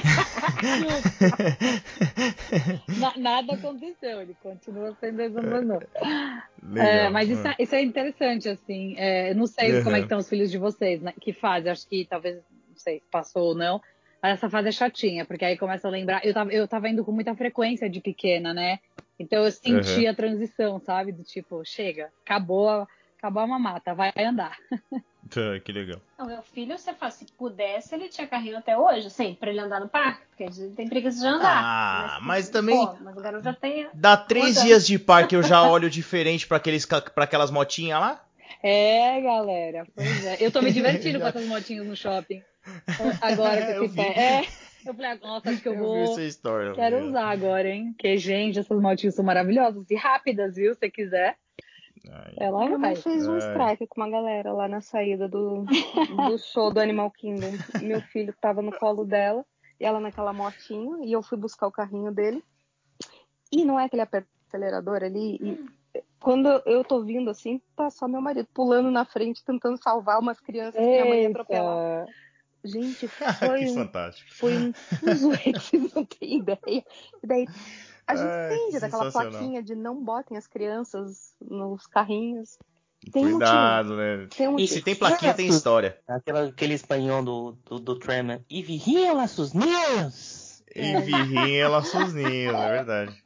Na- nada aconteceu, ele continua sendo dois anos mais novo. Legal. É, mas isso, é- isso é interessante, assim. É, eu não sei como é que Uhum. estão os filhos de vocês, né? Que fase, acho que talvez, não sei se passou ou não. Mas essa fase é chatinha, porque aí começa a lembrar. Eu tava, eu tava indo com muita frequência de pequena, né? Então eu senti Uhum. a transição, sabe? Do tipo, chega, acabou, a- acabou a mamata, vai andar. Tá, que legal. O meu filho, você fala, se pudesse, ele tinha carrinho até hoje, assim, pra ele andar no parque, porque ele tem preguiça de andar. Ah, mas também- Pô, mas o garoto já tem. Dá três Quantos dias de parque eu já olho diferente pra, aqueles, ca- pra aquelas motinhas lá. É, galera, pois é. Eu tô me divertindo com essas motinhas no shopping. Agora com Eu esse vi. pé. É, eu falei, ah, nossa, acho que eu Eu vi vou. essa história. Quero legal. usar agora, hein? Porque, gente, essas motinhas são maravilhosas e rápidas, viu? Se você quiser. Ai, Ela Minha mãe vai. fez um Ai. strike com uma galera lá na saída do, do show do Animal Kingdom. Meu filho tava no colo dela, e ela naquela motinha, e eu fui buscar o carrinho dele. E não é aquele aperto do acelerador ali. E quando eu tô vindo assim, tá só meu marido pulando na frente, tentando salvar umas crianças que minha mãe ia atropelar. Eita. Gente, que foi um, fantástico. foi um fuzuê que vocês não têm ideia. E daí a gente Ai, entende que daquela sensacional. plaquinha de não botem as crianças nos carrinhos. Tem um Cuidado, né? Tem um E motivo. se tem plaquinha, tem história. Aquela, aquele espanhol do, do, do Treman. E vigila sus niños! E virrinha laços ninhos, é verdade.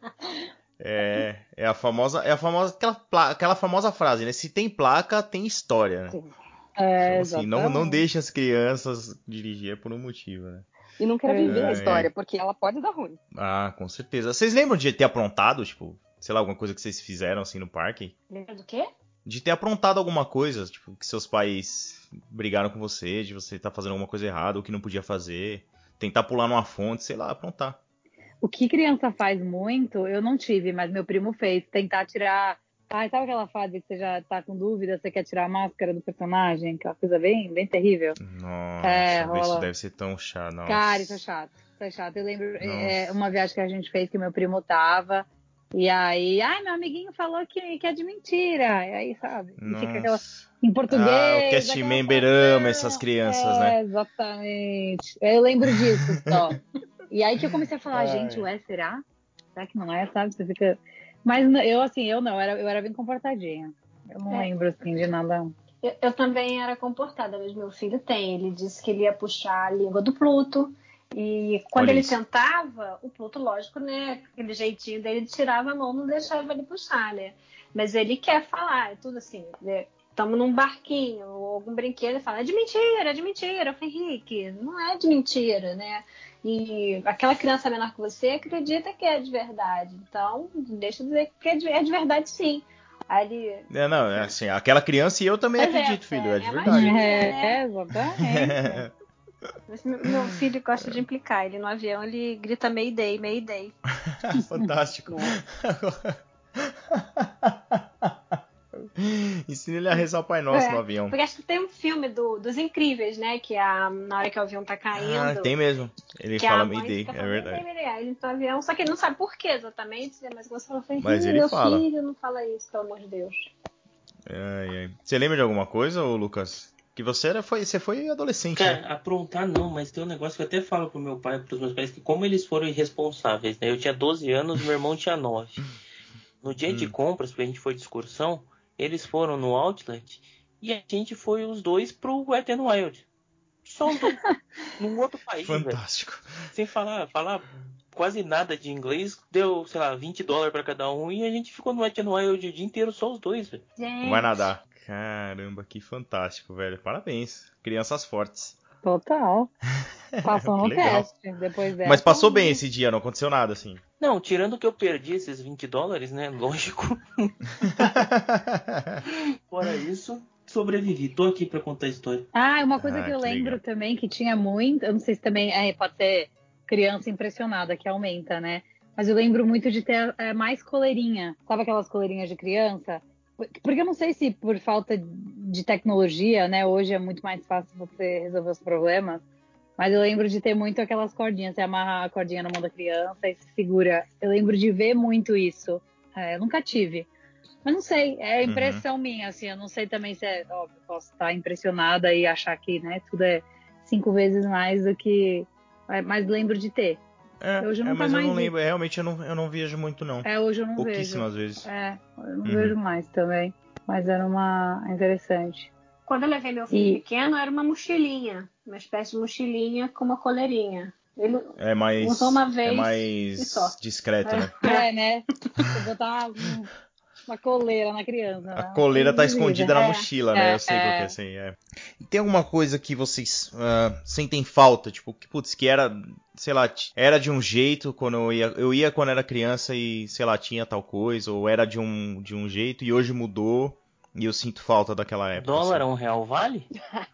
É, é a famosa, é a famosa aquela, pla- aquela famosa frase, né? Se tem placa, tem história, né? Sim. É, Então, assim, não, não exatamente. deixe as crianças dirigir é por um motivo, né? E não quero viver É, a história, é. porque ela pode dar ruim. Ah, com certeza. Vocês lembram de ter aprontado, tipo, sei lá, alguma coisa que vocês fizeram assim no parque? Lembra do quê? De ter aprontado alguma coisa, tipo, que seus pais brigaram com você, de você estar fazendo alguma coisa errada ou que não podia fazer, tentar pular numa fonte, sei lá, aprontar. O que criança faz muito, eu não tive, mas meu primo fez. Tentar tirar. Ai, sabe aquela fase que você já tá com dúvida, você quer tirar a máscara do personagem? Aquela coisa bem, bem terrível. Nossa, É, isso rola. deve ser tão chato. Nossa. Cara, isso é chato. Isso é chato. Eu lembro é, Nossa. uma viagem que a gente fez que meu primo tava. E aí, ai, meu amiguinho falou que, que é de mentira. E aí, sabe? E fica aquela. Nossa. Em português. Ah, o cast aquela member situação. ama essas crianças, É, né? exatamente. Eu lembro disso só. E aí que eu comecei a falar, Ai. gente, ué, será? Será que não é, sabe? Você fica. Mas n- eu, assim, eu não, eu era, eu era bem comportadinha. Eu não É. lembro, assim, de nada. Eu, eu também era comportada, mas meu filho tem. Ele disse que ele ia puxar a língua do Pluto. E quando Olha ele isso. tentava, o Pluto, lógico, né? Aquele jeitinho dele, tirava a mão, não deixava ele puxar, né? Mas ele quer falar, é tudo assim, né? Estamos num barquinho ou algum brinquedo e fala, é de mentira, é de mentira. Eu falei, Henrique, não é de mentira, né? E aquela criança menor que você acredita que é de verdade. Então, deixa eu dizer que é de, é de verdade, sim. Aí ele. É, não, é assim, aquela criança e eu também Pois é, acredito, filho, é de é, verdade. imagina. É, exatamente. Mas meu- meu filho gosta de implicar. Ele no avião ele grita Mayday, Mayday. Fantástico. Ensina ele a rezar o Pai Nosso É, no avião. Porque acho que tem um filme do, dos Incríveis, né? Que a, na hora que o avião tá caindo. Ah, tem mesmo. Ele que fala a mãe Mayday, fica é falando verdade. Mayday, Mayday. Aí ele tá no avião, só que ele não sabe por que exatamente, né? Mas você fala, Mas ele meu fala. filho, não fala isso, pelo amor de Deus. Ai, ai. Você lembra de alguma coisa, ô Lucas? Que você era, foi, você foi adolescente, né? Cara, aprontar não, mas tem um negócio que eu até falo pro meu pai e pros meus pais, que como eles foram irresponsáveis, né? Eu tinha doze anos, meu irmão tinha nove. No dia de Hum. compras, porque a gente foi de excursão, eles foram no Outlet e a gente foi os dois pro Wet n Wild. Só os dois. Num outro país, velho. Fantástico. Sem falar, falar quase nada de inglês, deu, sei lá, vinte dólares pra cada um e a gente ficou no Wet n Wild o dia inteiro, só os dois, velho. Gente, Vai nadar. Caramba, que fantástico, velho. Parabéns. Crianças fortes. Total. Passou Que no legal. teste. Depois dessa. Mas passou bem esse dia, não aconteceu nada assim. Não, tirando que eu perdi esses vinte dólares, né? Lógico. Fora isso, sobrevivi. Tô aqui pra contar a história. Ah, uma coisa Ah, que eu que lembro legal. também que tinha muito, eu não sei se também é, pode ser criança impressionada que aumenta, né? Mas eu lembro muito de ter é, mais coleirinha. Sabe aquelas coleirinhas de criança? Porque eu não sei se por falta de tecnologia, né? Hoje é muito mais fácil você resolver os problemas. Mas eu lembro de ter muito aquelas cordinhas. Você amarra a cordinha na mão da criança e se segura. Eu lembro de ver muito isso. É, eu nunca tive. Mas não sei, é impressão uhum. minha, assim. Eu não sei também se é... Óbvio, posso estar impressionada e achar que, né, tudo é cinco vezes mais do que... Mas lembro de ter. É, hoje eu é nunca mas mais eu não vi. lembro. Realmente eu não, eu não vejo muito, não. É, hoje eu não Pouquíssimas vejo. vezes. É, eu não Uhum. vejo mais também. Mas era uma... interessante. Quando eu levei meu filho E... pequeno, era uma mochilinha. Uma espécie de mochilinha com uma coleirinha. Ele é mais, usou uma vez é e mais só. discreto, É. né? É, né? Você botar um, uma coleira na criança. A né? coleira tá Esquisita. escondida na É, mochila, né? é, Eu sei qual que é é. assim, é. E tem alguma coisa que vocês uh, sentem falta? Tipo, que, putz, que era, sei lá, era de um jeito quando eu ia... Eu ia quando era criança e, sei lá, tinha tal coisa. Ou era de um, de um jeito e hoje mudou e eu sinto falta daquela época. Dólar assim. a um real vale?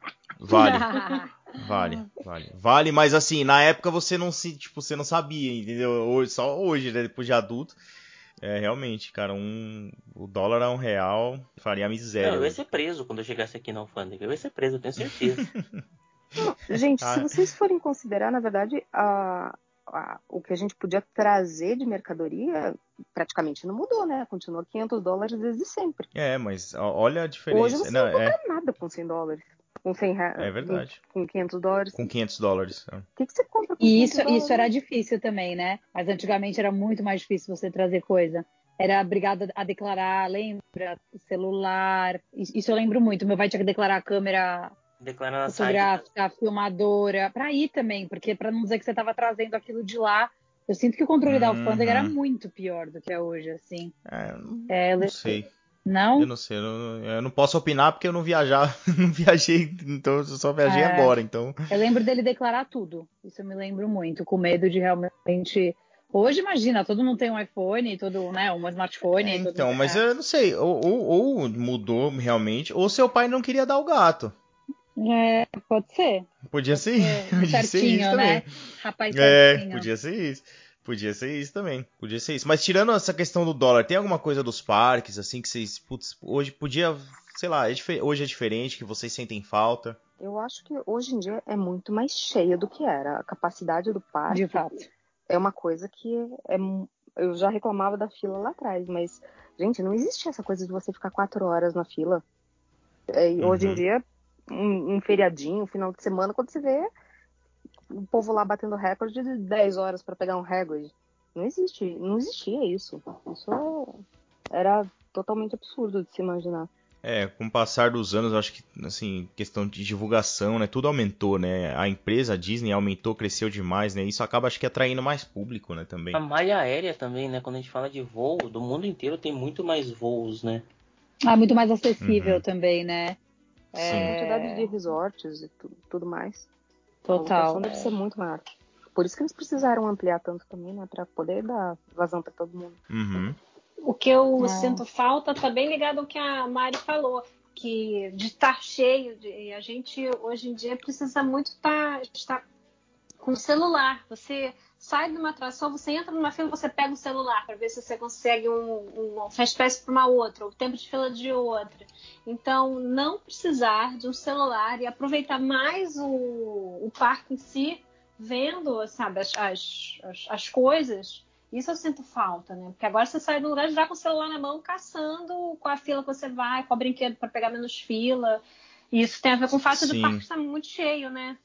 Vale. Vale, vale. Vale, mas assim, na época você não se, tipo, você não sabia, entendeu? Hoje, só hoje, né, depois de adulto. É, realmente, cara, um, o dólar a um real faria a miséria. Não, eu ia hoje. ser preso quando eu chegasse aqui na alfândega. Eu ia ser preso, eu tenho certeza. Não, gente, Ah. se vocês forem considerar, na verdade, a, a, o que a gente podia trazer de mercadoria praticamente não mudou, né? Continua quinhentos dólares desde sempre. É, mas ó, olha a diferença. Hoje você não, não compra é, nada com cem dólares. Com cem é reais, verdade. com quinhentos dólares. Com quinhentos dólares. O que, que você compra com E quinhentos isso, dólares? isso era difícil também, né? Mas antigamente era muito mais difícil você trazer coisa. Era obrigada a declarar, lembra? Celular. Isso eu lembro muito. Meu pai tinha que declarar a câmera Declarar na fotográfica, a filmadora, para ir também, porque para não dizer que você estava trazendo aquilo de lá. Eu sinto que o controle uhum. da alfândega era muito pior do que é hoje, assim. É, não, É, não sei. Não? Eu não sei, eu não, eu não posso opinar porque eu não viajar, não viajei, então eu só viajei É, agora, então. Eu lembro dele declarar tudo. Isso eu me lembro muito, com medo de realmente. Hoje, imagina, todo mundo tem um iPhone, todo, né, um smartphone. É, todo então, mundo... mas é. eu não sei, ou, ou, ou mudou realmente, ou seu pai não queria dar o gato. É, pode ser. Podia Pode ser, ser. Um podia ser isso certinho, né? também. Rapaz É, certinho. podia ser isso. Podia ser isso também. Podia ser isso. Mas tirando essa questão do dólar, tem alguma coisa dos parques, assim, que vocês. Putz, hoje podia. Sei lá, é difer- hoje é diferente, que vocês sentem falta? Eu acho que hoje em dia é muito mais cheio do que era. A capacidade do parque De fato. é uma coisa que é. Eu já reclamava da fila lá atrás, mas, gente, não existe essa coisa de você ficar quatro horas na fila. É, e hoje em Uhum. dia, um, um feriadinho, um final de semana, quando você vê o povo lá batendo recorde de dez horas para pegar um recorde. Não existe, não existia isso. Isso era totalmente absurdo de se imaginar. É, com o passar dos anos, eu acho que, assim, questão de divulgação, né, tudo aumentou, né, a empresa, a Disney, aumentou, cresceu demais, né, isso acaba, acho que, atraindo mais público, né, também. A malha aérea também, né? Quando a gente fala de voo, do mundo inteiro tem muito mais voos, né? Ah, muito mais acessível Uhum. também, né? Sim. A quantidade de resorts e tu, tudo mais. A Total. lotação deve ser muito maior. Por isso que eles precisaram ampliar tanto também, né, para poder dar vazão para todo mundo. Uhum. O que eu Ah. sinto falta tá bem ligado ao que a Mari falou, que de estar cheio, de, e a gente hoje em dia precisa muito estar, estar com o celular. Você sai de uma atração, você entra numa fila, você pega o celular para ver se você consegue um, um fast pass para uma outra, o tempo de fila de outra. Então, não precisar de um celular e aproveitar mais o, o parque em si, vendo, sabe, as, as, as, as coisas. Isso eu sinto falta, né? Porque agora você sai do lugar já com o celular na mão, caçando qual a fila que você vai, qual brinquedo para pegar menos fila. E isso tem a ver com o fato Sim. do parque estar muito cheio, né?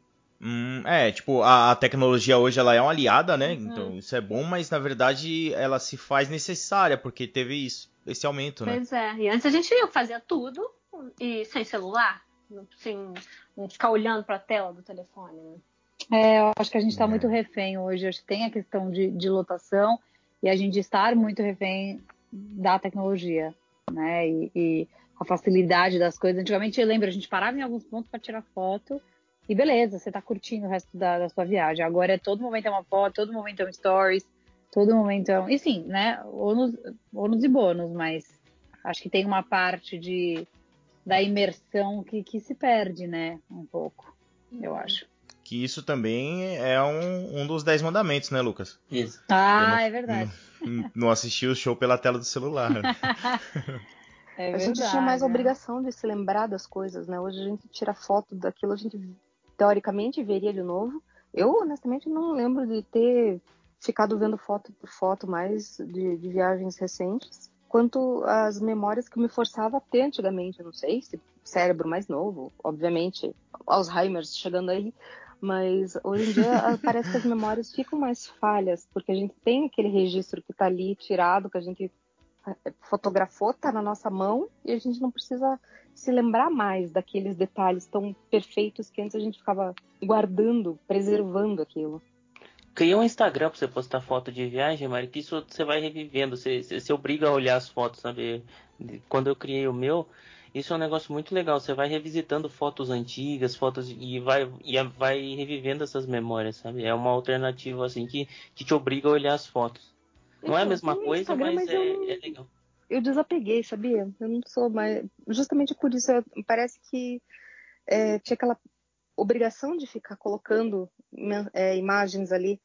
Hum, é, tipo, a, a tecnologia hoje ela é uma aliada, né? Então isso é bom, mas na verdade ela se faz necessária, porque teve isso, esse aumento, né? Pois é. E antes a gente fazia tudo e sem celular, sem não ficar olhando para a tela do telefone, né? É, eu acho que a gente está É. muito refém hoje. Acho que tem a questão de, de lotação e a gente estar muito refém da tecnologia, né? E, e a facilidade das coisas. Antigamente, eu lembro, a gente parava em alguns pontos para tirar foto e beleza, você está curtindo o resto da, da sua viagem. Agora é todo momento é uma foto, todo momento é um stories, todo momento é um... E sim, né? Ônus, ônus e bônus, mas acho que tem uma parte de, da imersão que, que se perde, né? Um pouco, eu acho. Que isso também é um, um dos dez mandamentos, né, Lucas? Isso. Ah, Eu não, é verdade. Não, não assistir o show pela tela do celular. É a gente verdade, tinha mais a né? obrigação de se lembrar das coisas, né? Hoje a gente tira foto daquilo, a gente teoricamente veria de novo. Eu, honestamente, não lembro de ter ficado vendo foto por foto mais de, de viagens recentes, quanto as memórias que eu me forçava a ter antigamente. Eu não sei se cérebro mais novo, obviamente, Alzheimer chegando aí, mas hoje em dia parece que as memórias ficam mais falhas, porque a gente tem aquele registro que está ali tirado, que a gente fotografou, tá na nossa mão, e a gente não precisa se lembrar mais daqueles detalhes tão perfeitos que antes a gente ficava guardando, preservando aquilo. Cria um Instagram pra você postar foto de viagem, Mari, que isso você vai revivendo, você, você, você obriga a olhar as fotos, sabe? Quando eu criei o meu, isso é um negócio muito legal, você vai revisitando fotos antigas, fotos e vai, e vai revivendo essas memórias, sabe? É uma alternativa assim que, que te obriga a olhar as fotos. Não é a Então, mesma eu tenho coisa, Instagram, mas mas eu é, não- é legal. eu desapeguei, sabia? Eu não sou mais. Justamente por isso, eu- parece que é, tinha aquela obrigação de ficar colocando men- é, imagens ali,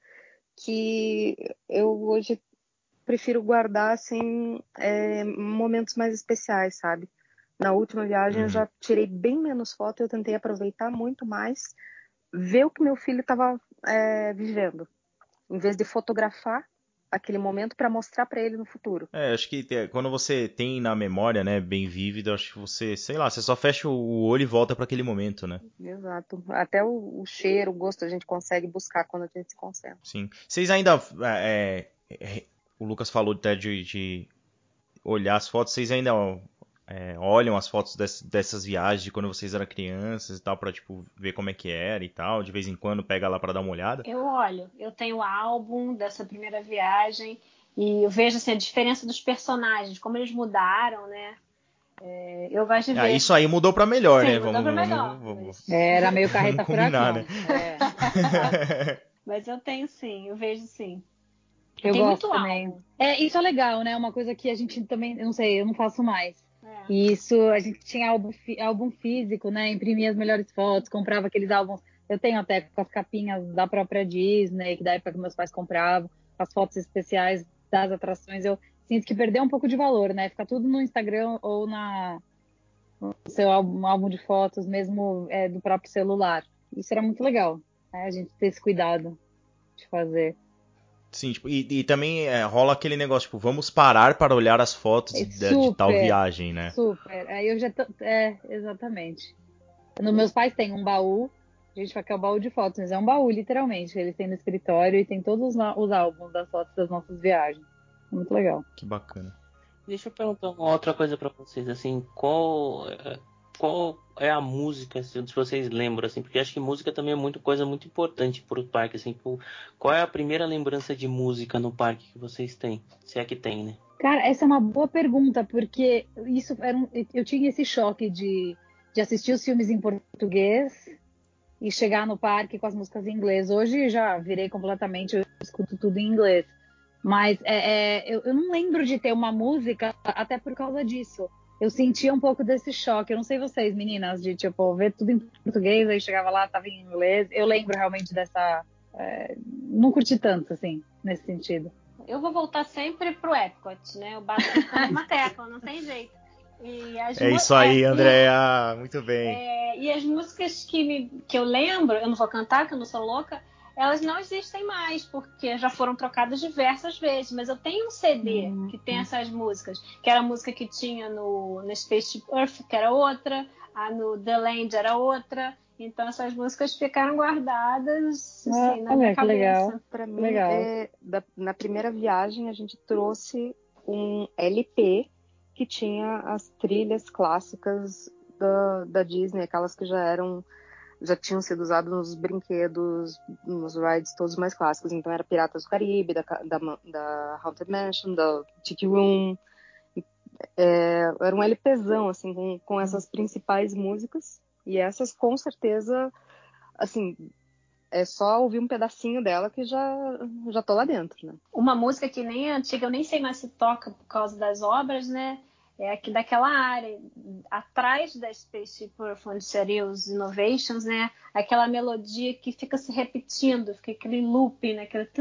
que eu hoje prefiro guardar assim, é, momentos mais especiais, sabe? Na última viagem eu Uhum. já tirei bem menos foto, eu tentei aproveitar muito mais, ver o que meu filho estava vivendo, em vez de fotografar aquele momento para mostrar para ele no futuro. É, acho que te- quando você tem na memória, né, bem vívida, acho que você, sei lá, você só fecha o olho e volta para aquele momento, né? Exato. Até o, o cheiro, o gosto a gente consegue buscar quando a gente se concentra. Sim. Vocês ainda, é, é, o Lucas falou até de, de olhar as fotos, vocês ainda é, olham as fotos dess- dessas viagens de quando vocês eram crianças e tal, pra, tipo, ver como é que era e tal, de vez em quando pega lá pra dar uma olhada? Eu olho, eu tenho o álbum dessa primeira viagem e eu vejo assim, a diferença dos personagens, como eles mudaram, né? É, eu gosto de Ah, ver. isso aí mudou pra melhor, Sim, né? mudou Vamos, pra vamos, melhor. vamos, Mas, Era meio vamos carreta combinar, né? furacão. É. mas eu tenho sim, eu vejo sim. Eu Tem gosto muito também. álbum. É, isso é legal, né? Uma coisa que a gente também, eu não sei, eu não faço mais. É. E isso, a gente tinha álbum, fí- álbum físico, né? Imprimia as melhores fotos, comprava aqueles álbuns. Eu tenho até com as capinhas da própria Disney, que da época que meus pais compravam, as fotos especiais das atrações. Eu sinto que perdeu um pouco de valor, né? Fica tudo no Instagram ou na, no seu álbum, álbum de fotos, mesmo é, do próprio celular. Isso era muito legal, né? A gente ter esse cuidado de fazer. Sim, tipo, e, e também é, rola aquele negócio, tipo, vamos parar para olhar as fotos É de, de tal super, viagem, né? super. Aí eu já tô, é, exatamente. No, meus pais têm um baú, a gente fala que é o baú de fotos, mas é um baú, literalmente. Eles têm no escritório e tem todos os, no- os álbuns das fotos das nossas viagens. Muito legal. Que bacana. Deixa eu perguntar uma outra coisa pra vocês, assim, qual, é- qual é a música, assim, se vocês lembram, assim, porque acho que música também é muito coisa muito importante pro parque, assim, tipo, qual é a primeira lembrança de música no parque que vocês têm? Se é que tem, né? Cara, essa é uma boa pergunta, porque isso era um, eu tinha esse choque de, de assistir os filmes em português e chegar no parque com as músicas em inglês. Hoje já virei completamente, eu escuto tudo em inglês. Mas é, é, eu, eu não lembro de ter uma música até por causa disso. Eu sentia um pouco desse choque. Eu não sei vocês, meninas, de tipo, ver tudo em português, aí chegava lá, tava em inglês. Eu lembro realmente dessa. É, não curti tanto, assim, nesse sentido. Eu vou voltar sempre pro Epcot, né? Eu bato na mesma tecla, não tem jeito. E as É mu- isso aí, é, Andréa. Muito bem. é, e as músicas que, me, que eu lembro, eu não vou cantar, que eu não sou louca, elas não existem mais, porque já foram trocadas diversas vezes. Mas eu tenho um C D Hum. que tem essas músicas, que era a música que tinha no, no Spaceship Earth, que era outra, a no The Land era outra. Então essas músicas ficaram guardadas assim, na minha Olha, que legal. cabeça. Para mim, Legal. é, da- na primeira viagem, a gente trouxe um L P que tinha as trilhas clássicas da, da Disney, aquelas que já eram, já tinham sido usadas nos brinquedos, nos rides todos mais clássicos. Então era Piratas do Caribe, da, da, da Haunted Mansion, da Tiki Room. É, era um LPzão, assim, com, com essas principais músicas. E essas, com certeza, assim, é só ouvir um pedacinho dela que já, já tô lá dentro, né? Uma música que nem é antiga, eu nem sei mais se toca por causa das obras, né? É aqui daquela área, atrás da Spaceship Earth, onde seriam os Innovations, né? Aquela melodia que fica se repetindo, fica aquele looping, né? Aquele...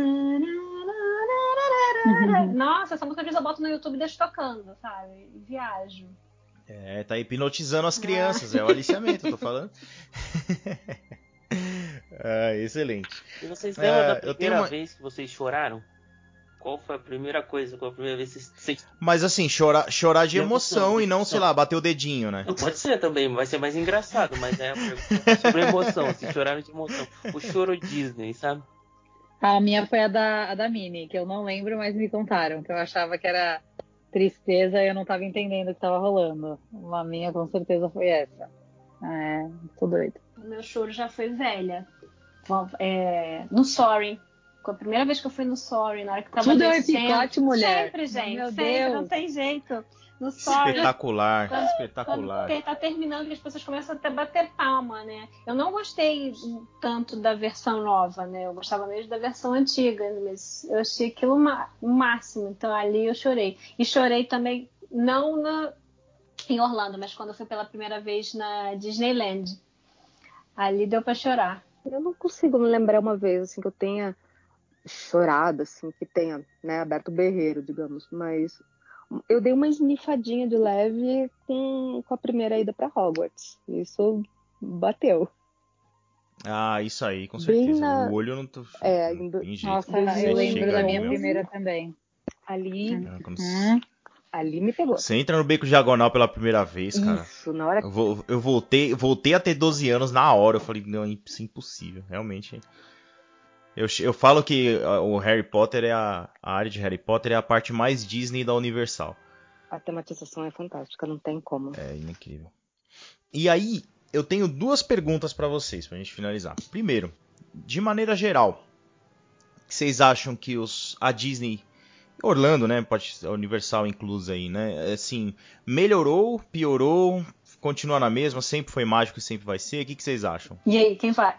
Nossa, essa música às vezes eu boto no YouTube e deixo tocando, sabe? E viajo. É, tá hipnotizando as crianças, é o aliciamento, eu tô falando. Ah, excelente. E vocês lembram Ah, da eu tenho primeira uma- vez que vocês choraram? Qual foi a primeira coisa, qual a primeira vez que vocês... Mas assim, chorar, chorar de De emoção, emoção de e não, emoção. sei lá, bater o dedinho, né? Não, pode ser também, vai ser mais engraçado, mas é a pergunta sobre emoção, se choraram de emoção. O choro Disney, sabe? A minha foi a da, a da Minnie, que eu não lembro, mas me contaram, que eu achava que era tristeza e eu não tava entendendo o que tava rolando. A minha com certeza foi essa. É, tô doido. O meu choro já foi velha. Bom, é, no Sorry. A primeira vez que eu fui no Sorry, na hora que eu tava Tudo é um descendo. epicote, mulher. Sempre, gente. Meu sempre, Deus. não tem jeito. No Sorry. Espetacular, Quando, espetacular. quando tá terminando, que as pessoas começam até a bater palma, né? Eu não gostei tanto da versão nova, né? Eu gostava mesmo da versão antiga, mas eu achei aquilo o máximo. Então ali eu chorei. E chorei também, não na, em Orlando, mas quando eu fui pela primeira vez na Disneyland. Ali deu pra chorar. Eu não consigo me lembrar uma vez assim que eu tenha chorado, assim, que tenha, né, aberto o berreiro, digamos, mas eu dei uma esnifadinha de leve com, com a primeira ida para Hogwarts. Isso bateu. Ah, isso aí, com Bem certeza. na- O olho não tô... É, não indo- tem jeito. Nossa, dois mil eu e lembro Chega da ali, minha meu. primeira também. Ali, Ah, quando Hum. ali me pegou. Você entra no beco diagonal pela primeira vez, cara. Isso, na hora Eu, vou- eu voltei, voltei a ter doze anos na hora. Eu falei, não, isso é impossível, realmente. Eu, che- eu falo que ah, o Harry Potter é a, a área de Harry Potter é a parte mais Disney da Universal. a tematização é fantástica, não tem como. É incrível. E aí, eu tenho duas perguntas pra vocês, pra gente finalizar. Primeiro, de maneira geral, vocês acham que os, a Disney, Orlando, né, pode ser a Universal inclusa aí, né, assim, melhorou, piorou, continua na mesma, sempre foi mágico e sempre vai ser? O que, que vocês acham? E aí, quem vai?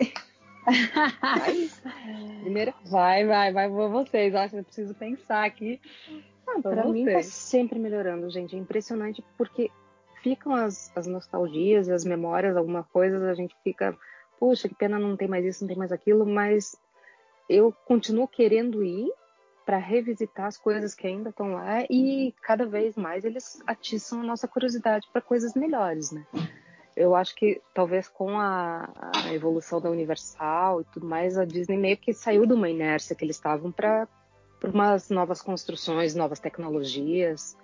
Primeiro, Vai, vai, vai por vocês. Acho que eu preciso pensar aqui. ah, Pra pra mim tá vocês. sempre melhorando, gente. É impressionante porque ficam as, as nostalgias, as memórias, alguma coisa, a gente fica, puxa, que pena não tem mais isso, não tem mais aquilo, mas eu continuo querendo ir para revisitar as coisas que ainda estão lá e cada vez mais eles atiçam a nossa curiosidade para coisas melhores, né? Eu acho que talvez com a, a evolução da Universal e tudo mais, a Disney meio que saiu de uma inércia que eles estavam para umas novas construções, novas tecnologias,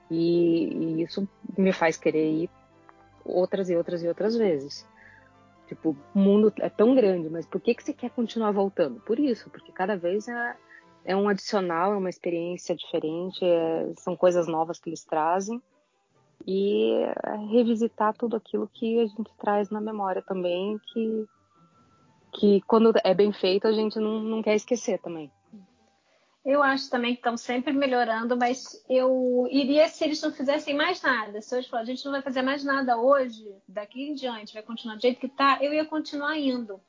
e, e isso me faz querer ir outras e outras e outras vezes. Tipo, o mundo é tão grande, mas por que, que você quer continuar voltando? Por isso, porque cada vez é, é um adicional, é uma experiência diferente, é- são coisas novas que eles trazem. E é revisitar tudo aquilo que a gente traz na memória também, que, que quando é bem feito a gente não, não quer esquecer também. Eu acho também que estão sempre melhorando, mas eu iria se eles não fizessem mais nada. Se hoje falar, a gente não vai fazer mais nada hoje, daqui em diante, vai continuar do jeito que tá, eu ia continuar indo.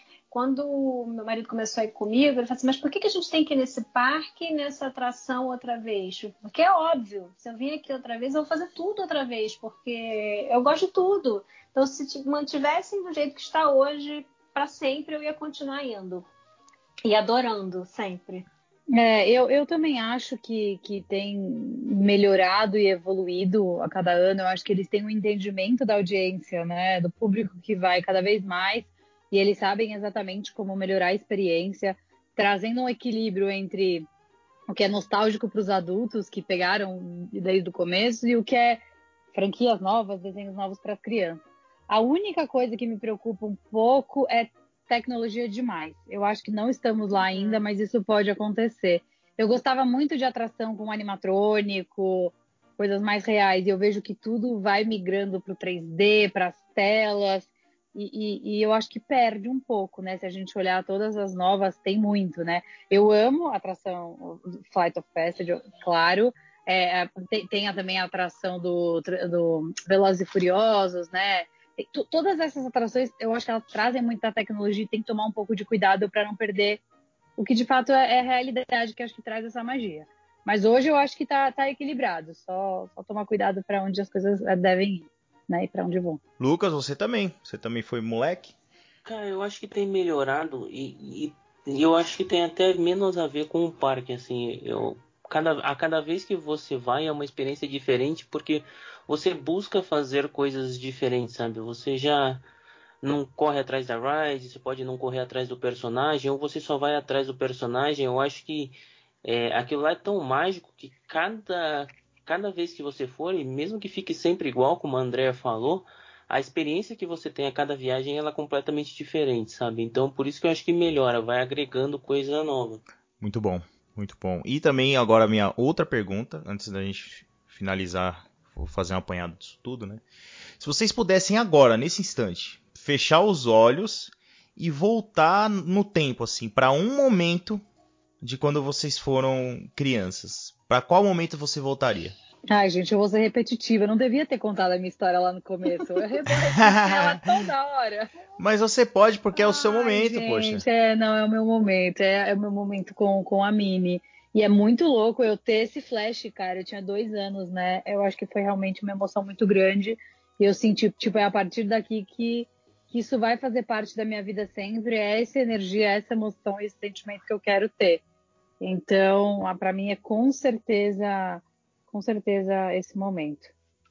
Quando meu marido começou a ir comigo, ele falou assim, mas por que que a gente tem que ir nesse parque, nessa atração outra vez? Porque é óbvio, se eu vim aqui outra vez, eu vou fazer tudo outra vez, porque eu gosto de tudo. Então, se te- mantivessem do jeito que está hoje, para sempre, eu ia continuar indo. E adorando, sempre. É, eu, eu também acho que, que tem melhorado e evoluído a cada ano. Eu acho que eles têm um entendimento da audiência, né? Do público que vai cada vez mais. E eles sabem exatamente como melhorar a experiência, trazendo um equilíbrio entre o que é nostálgico para os adultos que pegaram desde o começo e o que é franquias novas, desenhos novos para as crianças. A única coisa que me preocupa um pouco é tecnologia demais. Eu acho que não estamos lá ainda, mas isso pode acontecer. Eu gostava muito de atração com animatrônico, coisas mais reais, e eu vejo que tudo vai migrando para o três D, para as telas, e, e, e eu acho que perde um pouco, né? Se a gente olhar todas as novas, tem muito, né? Eu amo a atração Flight of Passage, claro. É, tem, tem também a atração do, do Velozes e Furiosos, né? Todas essas atrações, eu acho que elas trazem muita tecnologia e tem que tomar um pouco de cuidado para não perder o que de fato é, é a realidade que acho que traz essa magia. Mas hoje eu acho que tá, tá equilibrado, só, só tomar cuidado para onde as coisas devem ir, né? E para onde vão. Lucas, você também. Você também foi moleque? Cara, eu acho que tem melhorado e, e- e eu acho que tem até menos a ver com o parque, assim, eu cada, a cada vez que você vai é uma experiência diferente porque você busca fazer coisas diferentes, sabe? Você já não corre atrás da ride, você pode não correr atrás do personagem, ou você só vai atrás do personagem. Eu acho que é, aquilo lá é tão mágico que cada, cada vez que você for, e mesmo que fique sempre igual, como a Andrea falou, a experiência que você tem a cada viagem ela é completamente diferente, sabe? Então, por isso que eu acho que melhora, vai agregando coisa nova. Muito bom, muito bom. E também agora a minha outra pergunta, antes da gente finalizar, vou fazer um apanhado disso tudo, né? Se vocês pudessem agora, nesse instante, fechar os olhos e voltar no tempo, assim, para um momento de quando vocês foram crianças, para qual momento você voltaria? Ai, gente, eu vou ser repetitiva. Eu não devia ter contado a minha história lá no começo. Eu vou repetir ela toda hora. Mas você pode, porque é o seu Ai, momento, gente, poxa. é, não, é o meu momento. É, é o meu momento com, com a Mini. E é muito louco eu ter esse flash, cara. Eu tinha dois anos, né? Eu acho que foi realmente uma emoção muito grande. E eu senti, tipo, é a partir daqui que, que isso vai fazer parte da minha vida sempre. É essa energia, essa emoção, esse sentimento que eu quero ter. Então, para mim é com certeza, com certeza esse momento.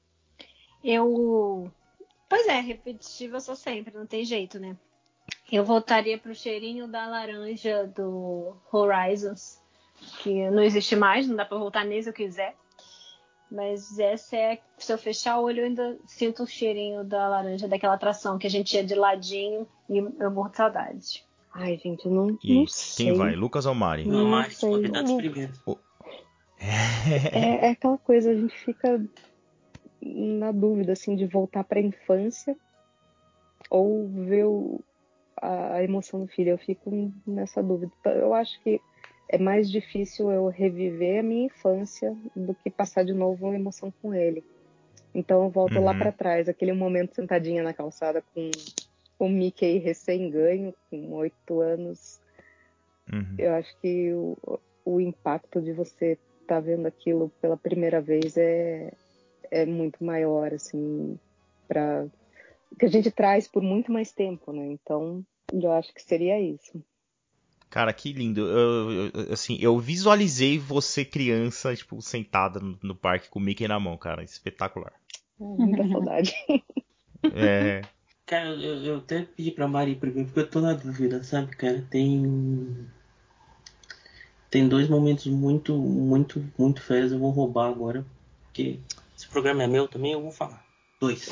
Eu. Pois é, repetitiva eu sou sempre, não tem jeito, né? Eu voltaria pro cheirinho da laranja do Horizons, que não existe mais, não dá pra voltar nem se eu quiser. Mas essa é. Se eu fechar o olho, eu ainda sinto o cheirinho da laranja, daquela atração que a gente ia de ladinho e eu morro de saudade. Ai, gente, eu não, E não sei. quem vai? Lucas ou Mari? Não Não, Mari, sei. convidados Não- primeiro. É, é aquela coisa, a gente fica na dúvida, assim, de voltar pra infância ou ver o- a, a emoção do filho. Eu fico nessa dúvida. Eu acho que é mais difícil eu reviver a minha infância do que passar de novo uma emoção com ele. Então eu volto lá Uhum. pra trás, aquele momento sentadinha na calçada com o Mickey recém-ganho, com oito anos. Uhum. Eu acho que o, o impacto de você estar vendo aquilo pela primeira vez é, é muito maior, assim, para que a gente traz por muito mais tempo, né? Então, eu acho que seria isso. Cara, que lindo. Eu, eu- assim, eu visualizei você criança, tipo, sentada no, no parque com o Mickey na mão, cara. Espetacular. Muita saudade. É, Cara, eu, eu até pedi pra Mari primeiro, porque eu tô na dúvida, sabe, cara? Tem. Tem dois momentos muito, muito, muito férias. Eu vou roubar agora. Porque esse programa é meu também, eu vou falar. Dois.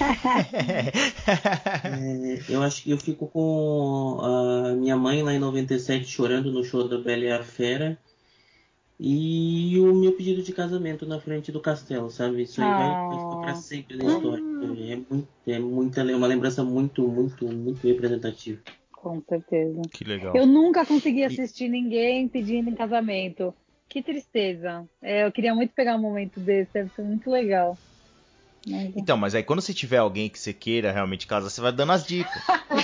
É, eu acho que eu fico com a minha mãe lá em noventa e sete chorando no show da Bela e a Fera. E o meu pedido de casamento na frente do castelo, sabe? Isso aí vai, vai ficar pra Ah, sempre na história. É, muito, é muita, é uma lembrança muito, muito, muito representativa. com certeza. que legal. Eu nunca consegui E- assistir ninguém pedindo em casamento. Que tristeza. É, eu queria muito pegar um momento desse, deve ser muito legal. Mas, Então, mas aí quando você tiver alguém que você queira realmente casar, você vai dando as dicas.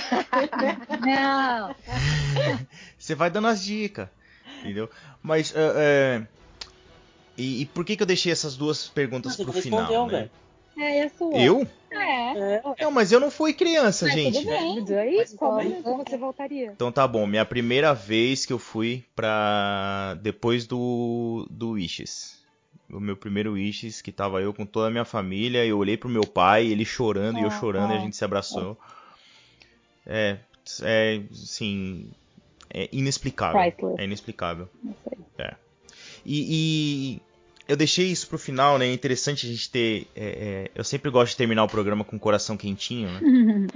não, Você vai dando as dicas, entendeu? Mas, é, é, e, e por que que eu deixei essas duas perguntas Você pro respondeu, final, né? velho. é, e a sua? Eu? É, É, ué. Não, mas eu não fui criança, mas gente. tudo bem. Diz aí, Mas qual então, momento você voltaria? Então tá bom, minha primeira vez que eu fui pra. Depois do. do Wishes. O meu primeiro Wishes, que tava eu com toda a minha família, eu olhei pro meu pai, ele chorando e eu Ah, chorando e a ah. gente se abraçou. É. É. Assim. É inexplicável. Priceless. É inexplicável. Não sei. É. E, e eu deixei isso pro final, né? É interessante a gente ter. é, é, eu sempre gosto de terminar o programa com o coração quentinho, né?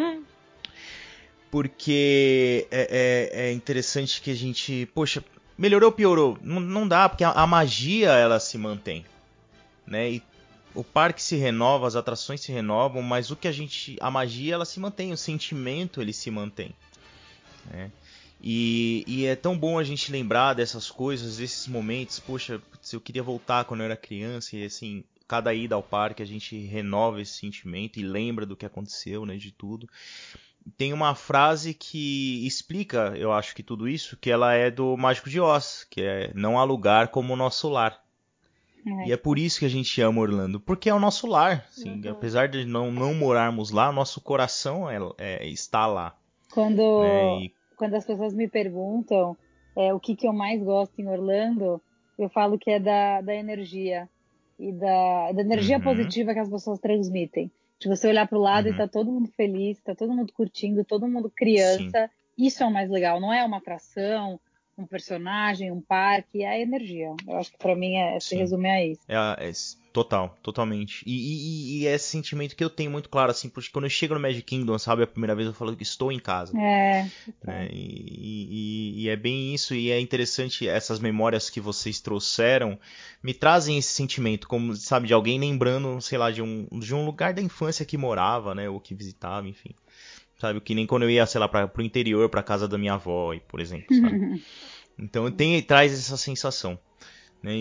Porque é, é- é interessante que a gente. Poxa, melhorou ou piorou? Não, não dá, porque a, a magia ela se mantém. Né? E o parque se renova, as atrações se renovam, mas o que a gente. A magia ela se mantém, o sentimento ele se mantém. Né? E, e é tão bom a gente lembrar dessas coisas, desses momentos. Poxa, putz, eu queria voltar quando eu era criança e assim, cada ida ao parque a gente renova esse sentimento e lembra do que aconteceu, né, de tudo. Tem uma frase que explica, eu acho que tudo isso, que ela é do Mágico de Oz, que é não há lugar como o nosso lar. E é por isso que a gente ama Orlando, porque é o nosso lar. Assim, Uhum. apesar de não, não morarmos lá, nosso coração é, é- está lá. Quando, Né? E quando as pessoas me perguntam é, o que, que eu mais gosto em Orlando, eu falo que é da, da energia e da, da energia Uhum. positiva que as pessoas transmitem. de você olhar pro lado Uhum. e tá todo mundo feliz, tá todo mundo curtindo, todo mundo Sim. criança. Isso é o mais legal, não é uma atração, um personagem, um parque, é a energia. Eu acho que pra mim é, se Sim. resume a isso. É, a- é s- total, totalmente. E, e, e- e é esse sentimento que eu tenho muito claro, assim, porque quando eu chego no Magic Kingdom, sabe, a primeira vez eu falo que estou em casa. É, Né? E, e- e é bem isso, e é interessante essas memórias que vocês trouxeram me trazem esse sentimento, como, sabe, de alguém lembrando, sei lá, de um, de um lugar da infância que morava, né, ou que visitava, enfim. Sabe, que nem quando eu ia, sei lá, pra, pro interior, pra casa da minha avó, e- por exemplo, sabe? Então tem, traz essa sensação. Né?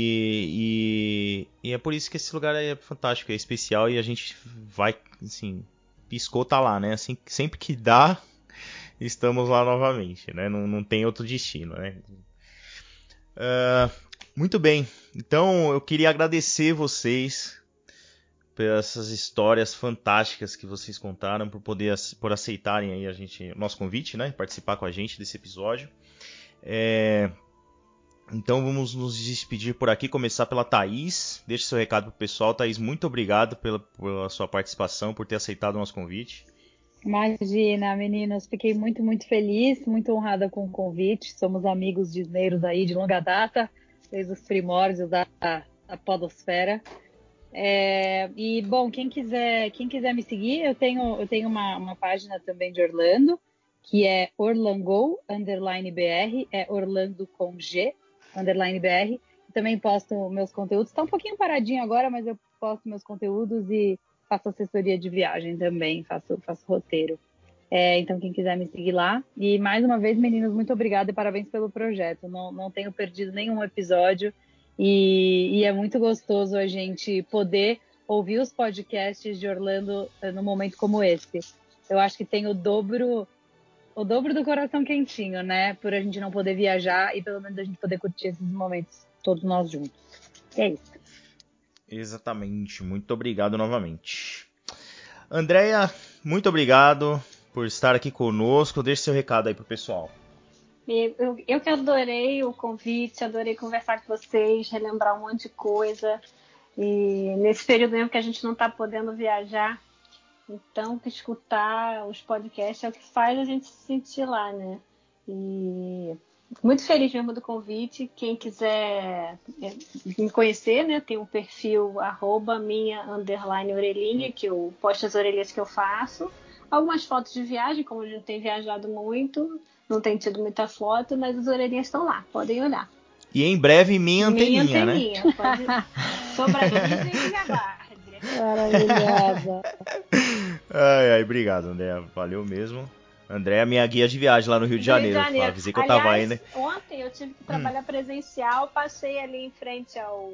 E, e, e é por isso que esse lugar é fantástico, é especial e a gente vai, assim, piscou, tá lá, né? Assim, sempre que dá, estamos lá novamente, né? Não, não tem outro destino, né? Ah, muito bem, então eu queria agradecer vocês por essas histórias fantásticas que vocês contaram, por poder por aceitarem aí a gente, o nosso convite, né? Participar com a gente desse episódio. É... Então vamos nos despedir por aqui, começar pela Thaís. Deixe seu recado pro pessoal. Thaís, muito obrigado pela, pela sua participação, por ter aceitado o nosso convite. Imagina, meninos, fiquei muito, muito feliz, muito honrada com o convite. Somos amigos disneiros aí de longa data, desde os primórdios da, da podosfera. É, e, bom, quem quiser, quem quiser me seguir, eu tenho, eu tenho uma, uma página também de Orlando, que é Orlango, underline B R, é Orlando com G, underline B R. Também posto meus conteúdos, está um pouquinho paradinho agora, mas eu posto meus conteúdos e faço assessoria de viagem também, faço, faço roteiro. É, então, quem quiser me seguir lá. E, mais uma vez, meninos, muito obrigada e parabéns pelo projeto. Não, não tenho perdido nenhum episódio e, e é muito gostoso a gente poder ouvir os podcasts de Orlando num momento como esse. Eu acho que tem o dobro, o dobro do coração quentinho, né? Por a gente não poder viajar e pelo menos a gente poder curtir esses momentos todos nós juntos. É isso. Exatamente, muito obrigado novamente. Andréia, muito obrigado por estar aqui conosco. Deixe seu recado aí pro pessoal. Eu, eu que adorei o convite, adorei conversar com vocês, relembrar um monte de coisa. E nesse período mesmo que a gente não está podendo viajar, então escutar os podcasts é o que faz a gente se sentir lá, né? E muito feliz mesmo do convite. Quem quiser me conhecer, né? Tem o perfil arroba minha underline orelhinha, que eu posto as orelhas que eu faço. Algumas fotos de viagem, como a gente tem viajado muito, não tem tido muita foto, mas as orelhinhas estão lá, podem olhar. E em breve minha anteninha, minha anteninha, né? Pode... Sobre a Disney que me aguarde. Maravilhosa. Ai, ai, obrigado, André. Valeu mesmo. André é a minha guia de viagem lá no Rio de Rio de Janeiro. Janeiro. Avisei que eu Aliás, tava aí, né? ontem eu tive que trabalhar hum. presencial, passei ali em frente ao...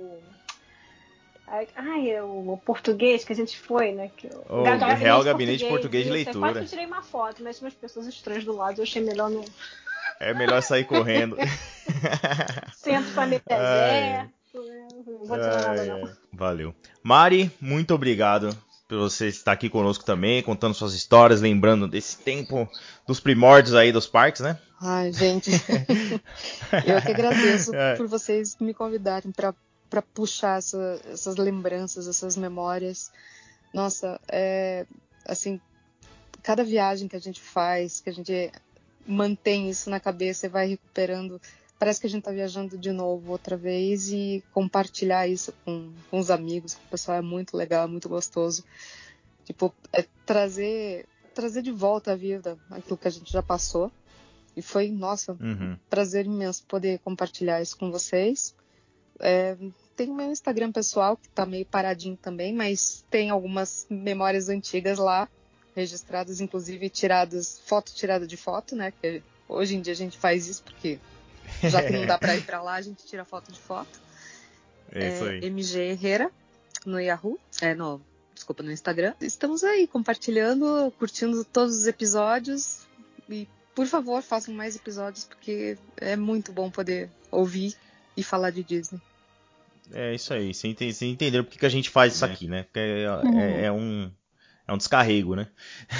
Ai, o português que a gente foi, né? Que... O, o Real Gabinete, Gabinete Português, Português de Leitura. Eu quase tirei uma foto, mas tinha umas pessoas estranhas do lado, eu achei melhor não... É melhor sair correndo. Centro para deserto. Não vou tirar nada, não. Valeu. Mari, muito obrigado por você estar aqui conosco também, contando suas histórias, lembrando desse tempo dos primórdios aí dos parques, né? Ai, gente. Eu que agradeço é. por vocês me convidarem para para puxar essa, essas lembranças, essas memórias. Nossa, é assim, cada viagem que a gente faz, que a gente mantém isso na cabeça e vai recuperando, parece que a gente tá viajando de novo outra vez, e compartilhar isso com, com os amigos, com o pessoal, é muito legal, é muito gostoso. Tipo, é trazer, trazer de volta à vida aquilo que a gente já passou. E foi, nossa, uhum. um prazer imenso poder compartilhar isso com vocês. É, tem o meu Instagram pessoal, que tá meio paradinho também, mas tem algumas memórias antigas lá, registradas, inclusive tiradas, foto tirada de foto, né? Que hoje em dia a gente faz isso, porque já que não dá pra ir pra lá, a gente tira foto de foto. É isso aí. É, M G Herrera, no Yahoo, é, no, desculpa, no Instagram. Estamos aí, compartilhando, curtindo todos os episódios, e por favor, façam mais episódios, porque é muito bom poder ouvir e falar de Disney. É isso aí, você entendeu porque que a gente faz isso aqui, né? Porque é, é, é, um, é um descarrego, né?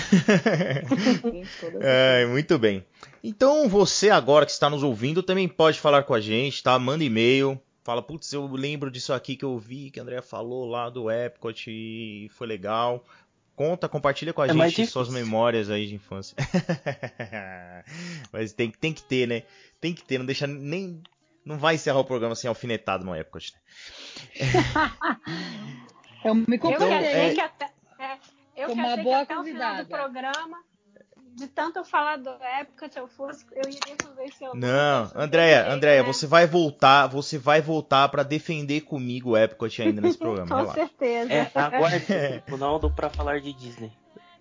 É, muito bem. Então você agora que está nos ouvindo também pode falar com a gente, tá? Manda e-mail, fala, putz, eu lembro disso aqui que eu vi, que a Andrea falou lá do Epcot e foi legal. Conta, compartilha com a É mais gente suas difícil. memórias aí de infância. Mas tem, tem que ter, né? Tem que ter, não deixa nem... Não vai encerrar o programa sem alfinetado no Epcot, né? Eu me Eu que Então, achei é- que até, é, eu Foi que uma achei boa que até o final do convidada. programa, de tanto eu falar do Epcot, eu fosse, eu iria convencer o Não, Lucas. Andréia, Jeito, Andréia, né? você vai voltar, você vai voltar pra defender comigo o Epcot ainda nesse programa, Com relaxa. certeza. É, aguarde o Ronaldo pra falar de Disney.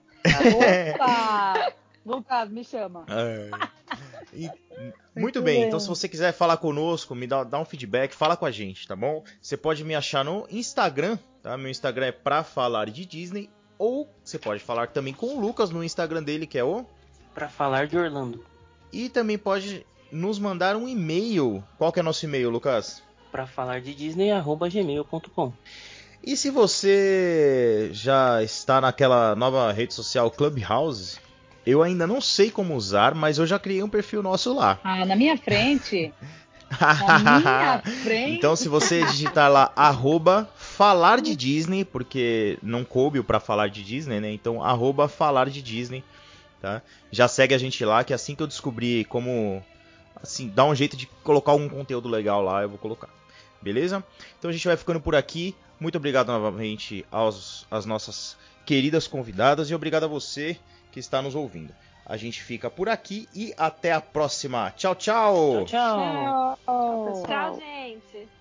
Opa! Lucas, me chama. É. E- muito Muito bem, bem. então se você quiser falar conosco, me dá, dá um feedback, fala com a gente, tá bom? Você pode me achar no Instagram, tá? Meu Instagram é pra falar de Disney, ou você pode falar também com o Lucas no Instagram dele, que é o... Pra falar de Orlando. E também pode nos mandar um e-mail. Qual que é nosso e-mail, Lucas? Pra falar de Disney, arroba gmail ponto com. E se você já está naquela nova rede social Clubhouse, eu ainda não sei como usar, mas eu já criei um perfil nosso lá. Ah, na minha frente. Na minha frente. Então se você digitar lá arroba falar de Disney, porque não coube o pra falar de Disney, né? Então arroba falar de Disney, tá? Já segue a gente lá, que assim que eu descobrir como, assim, dar um jeito de colocar algum conteúdo legal lá, eu vou colocar. Beleza? Então a gente vai ficando por aqui. Muito obrigado novamente aos, às nossas queridas convidadas e obrigado a você que está nos ouvindo. A gente fica por aqui e até a próxima. Tchau, tchau! Tchau, tchau. Tchau, Tchau, gente.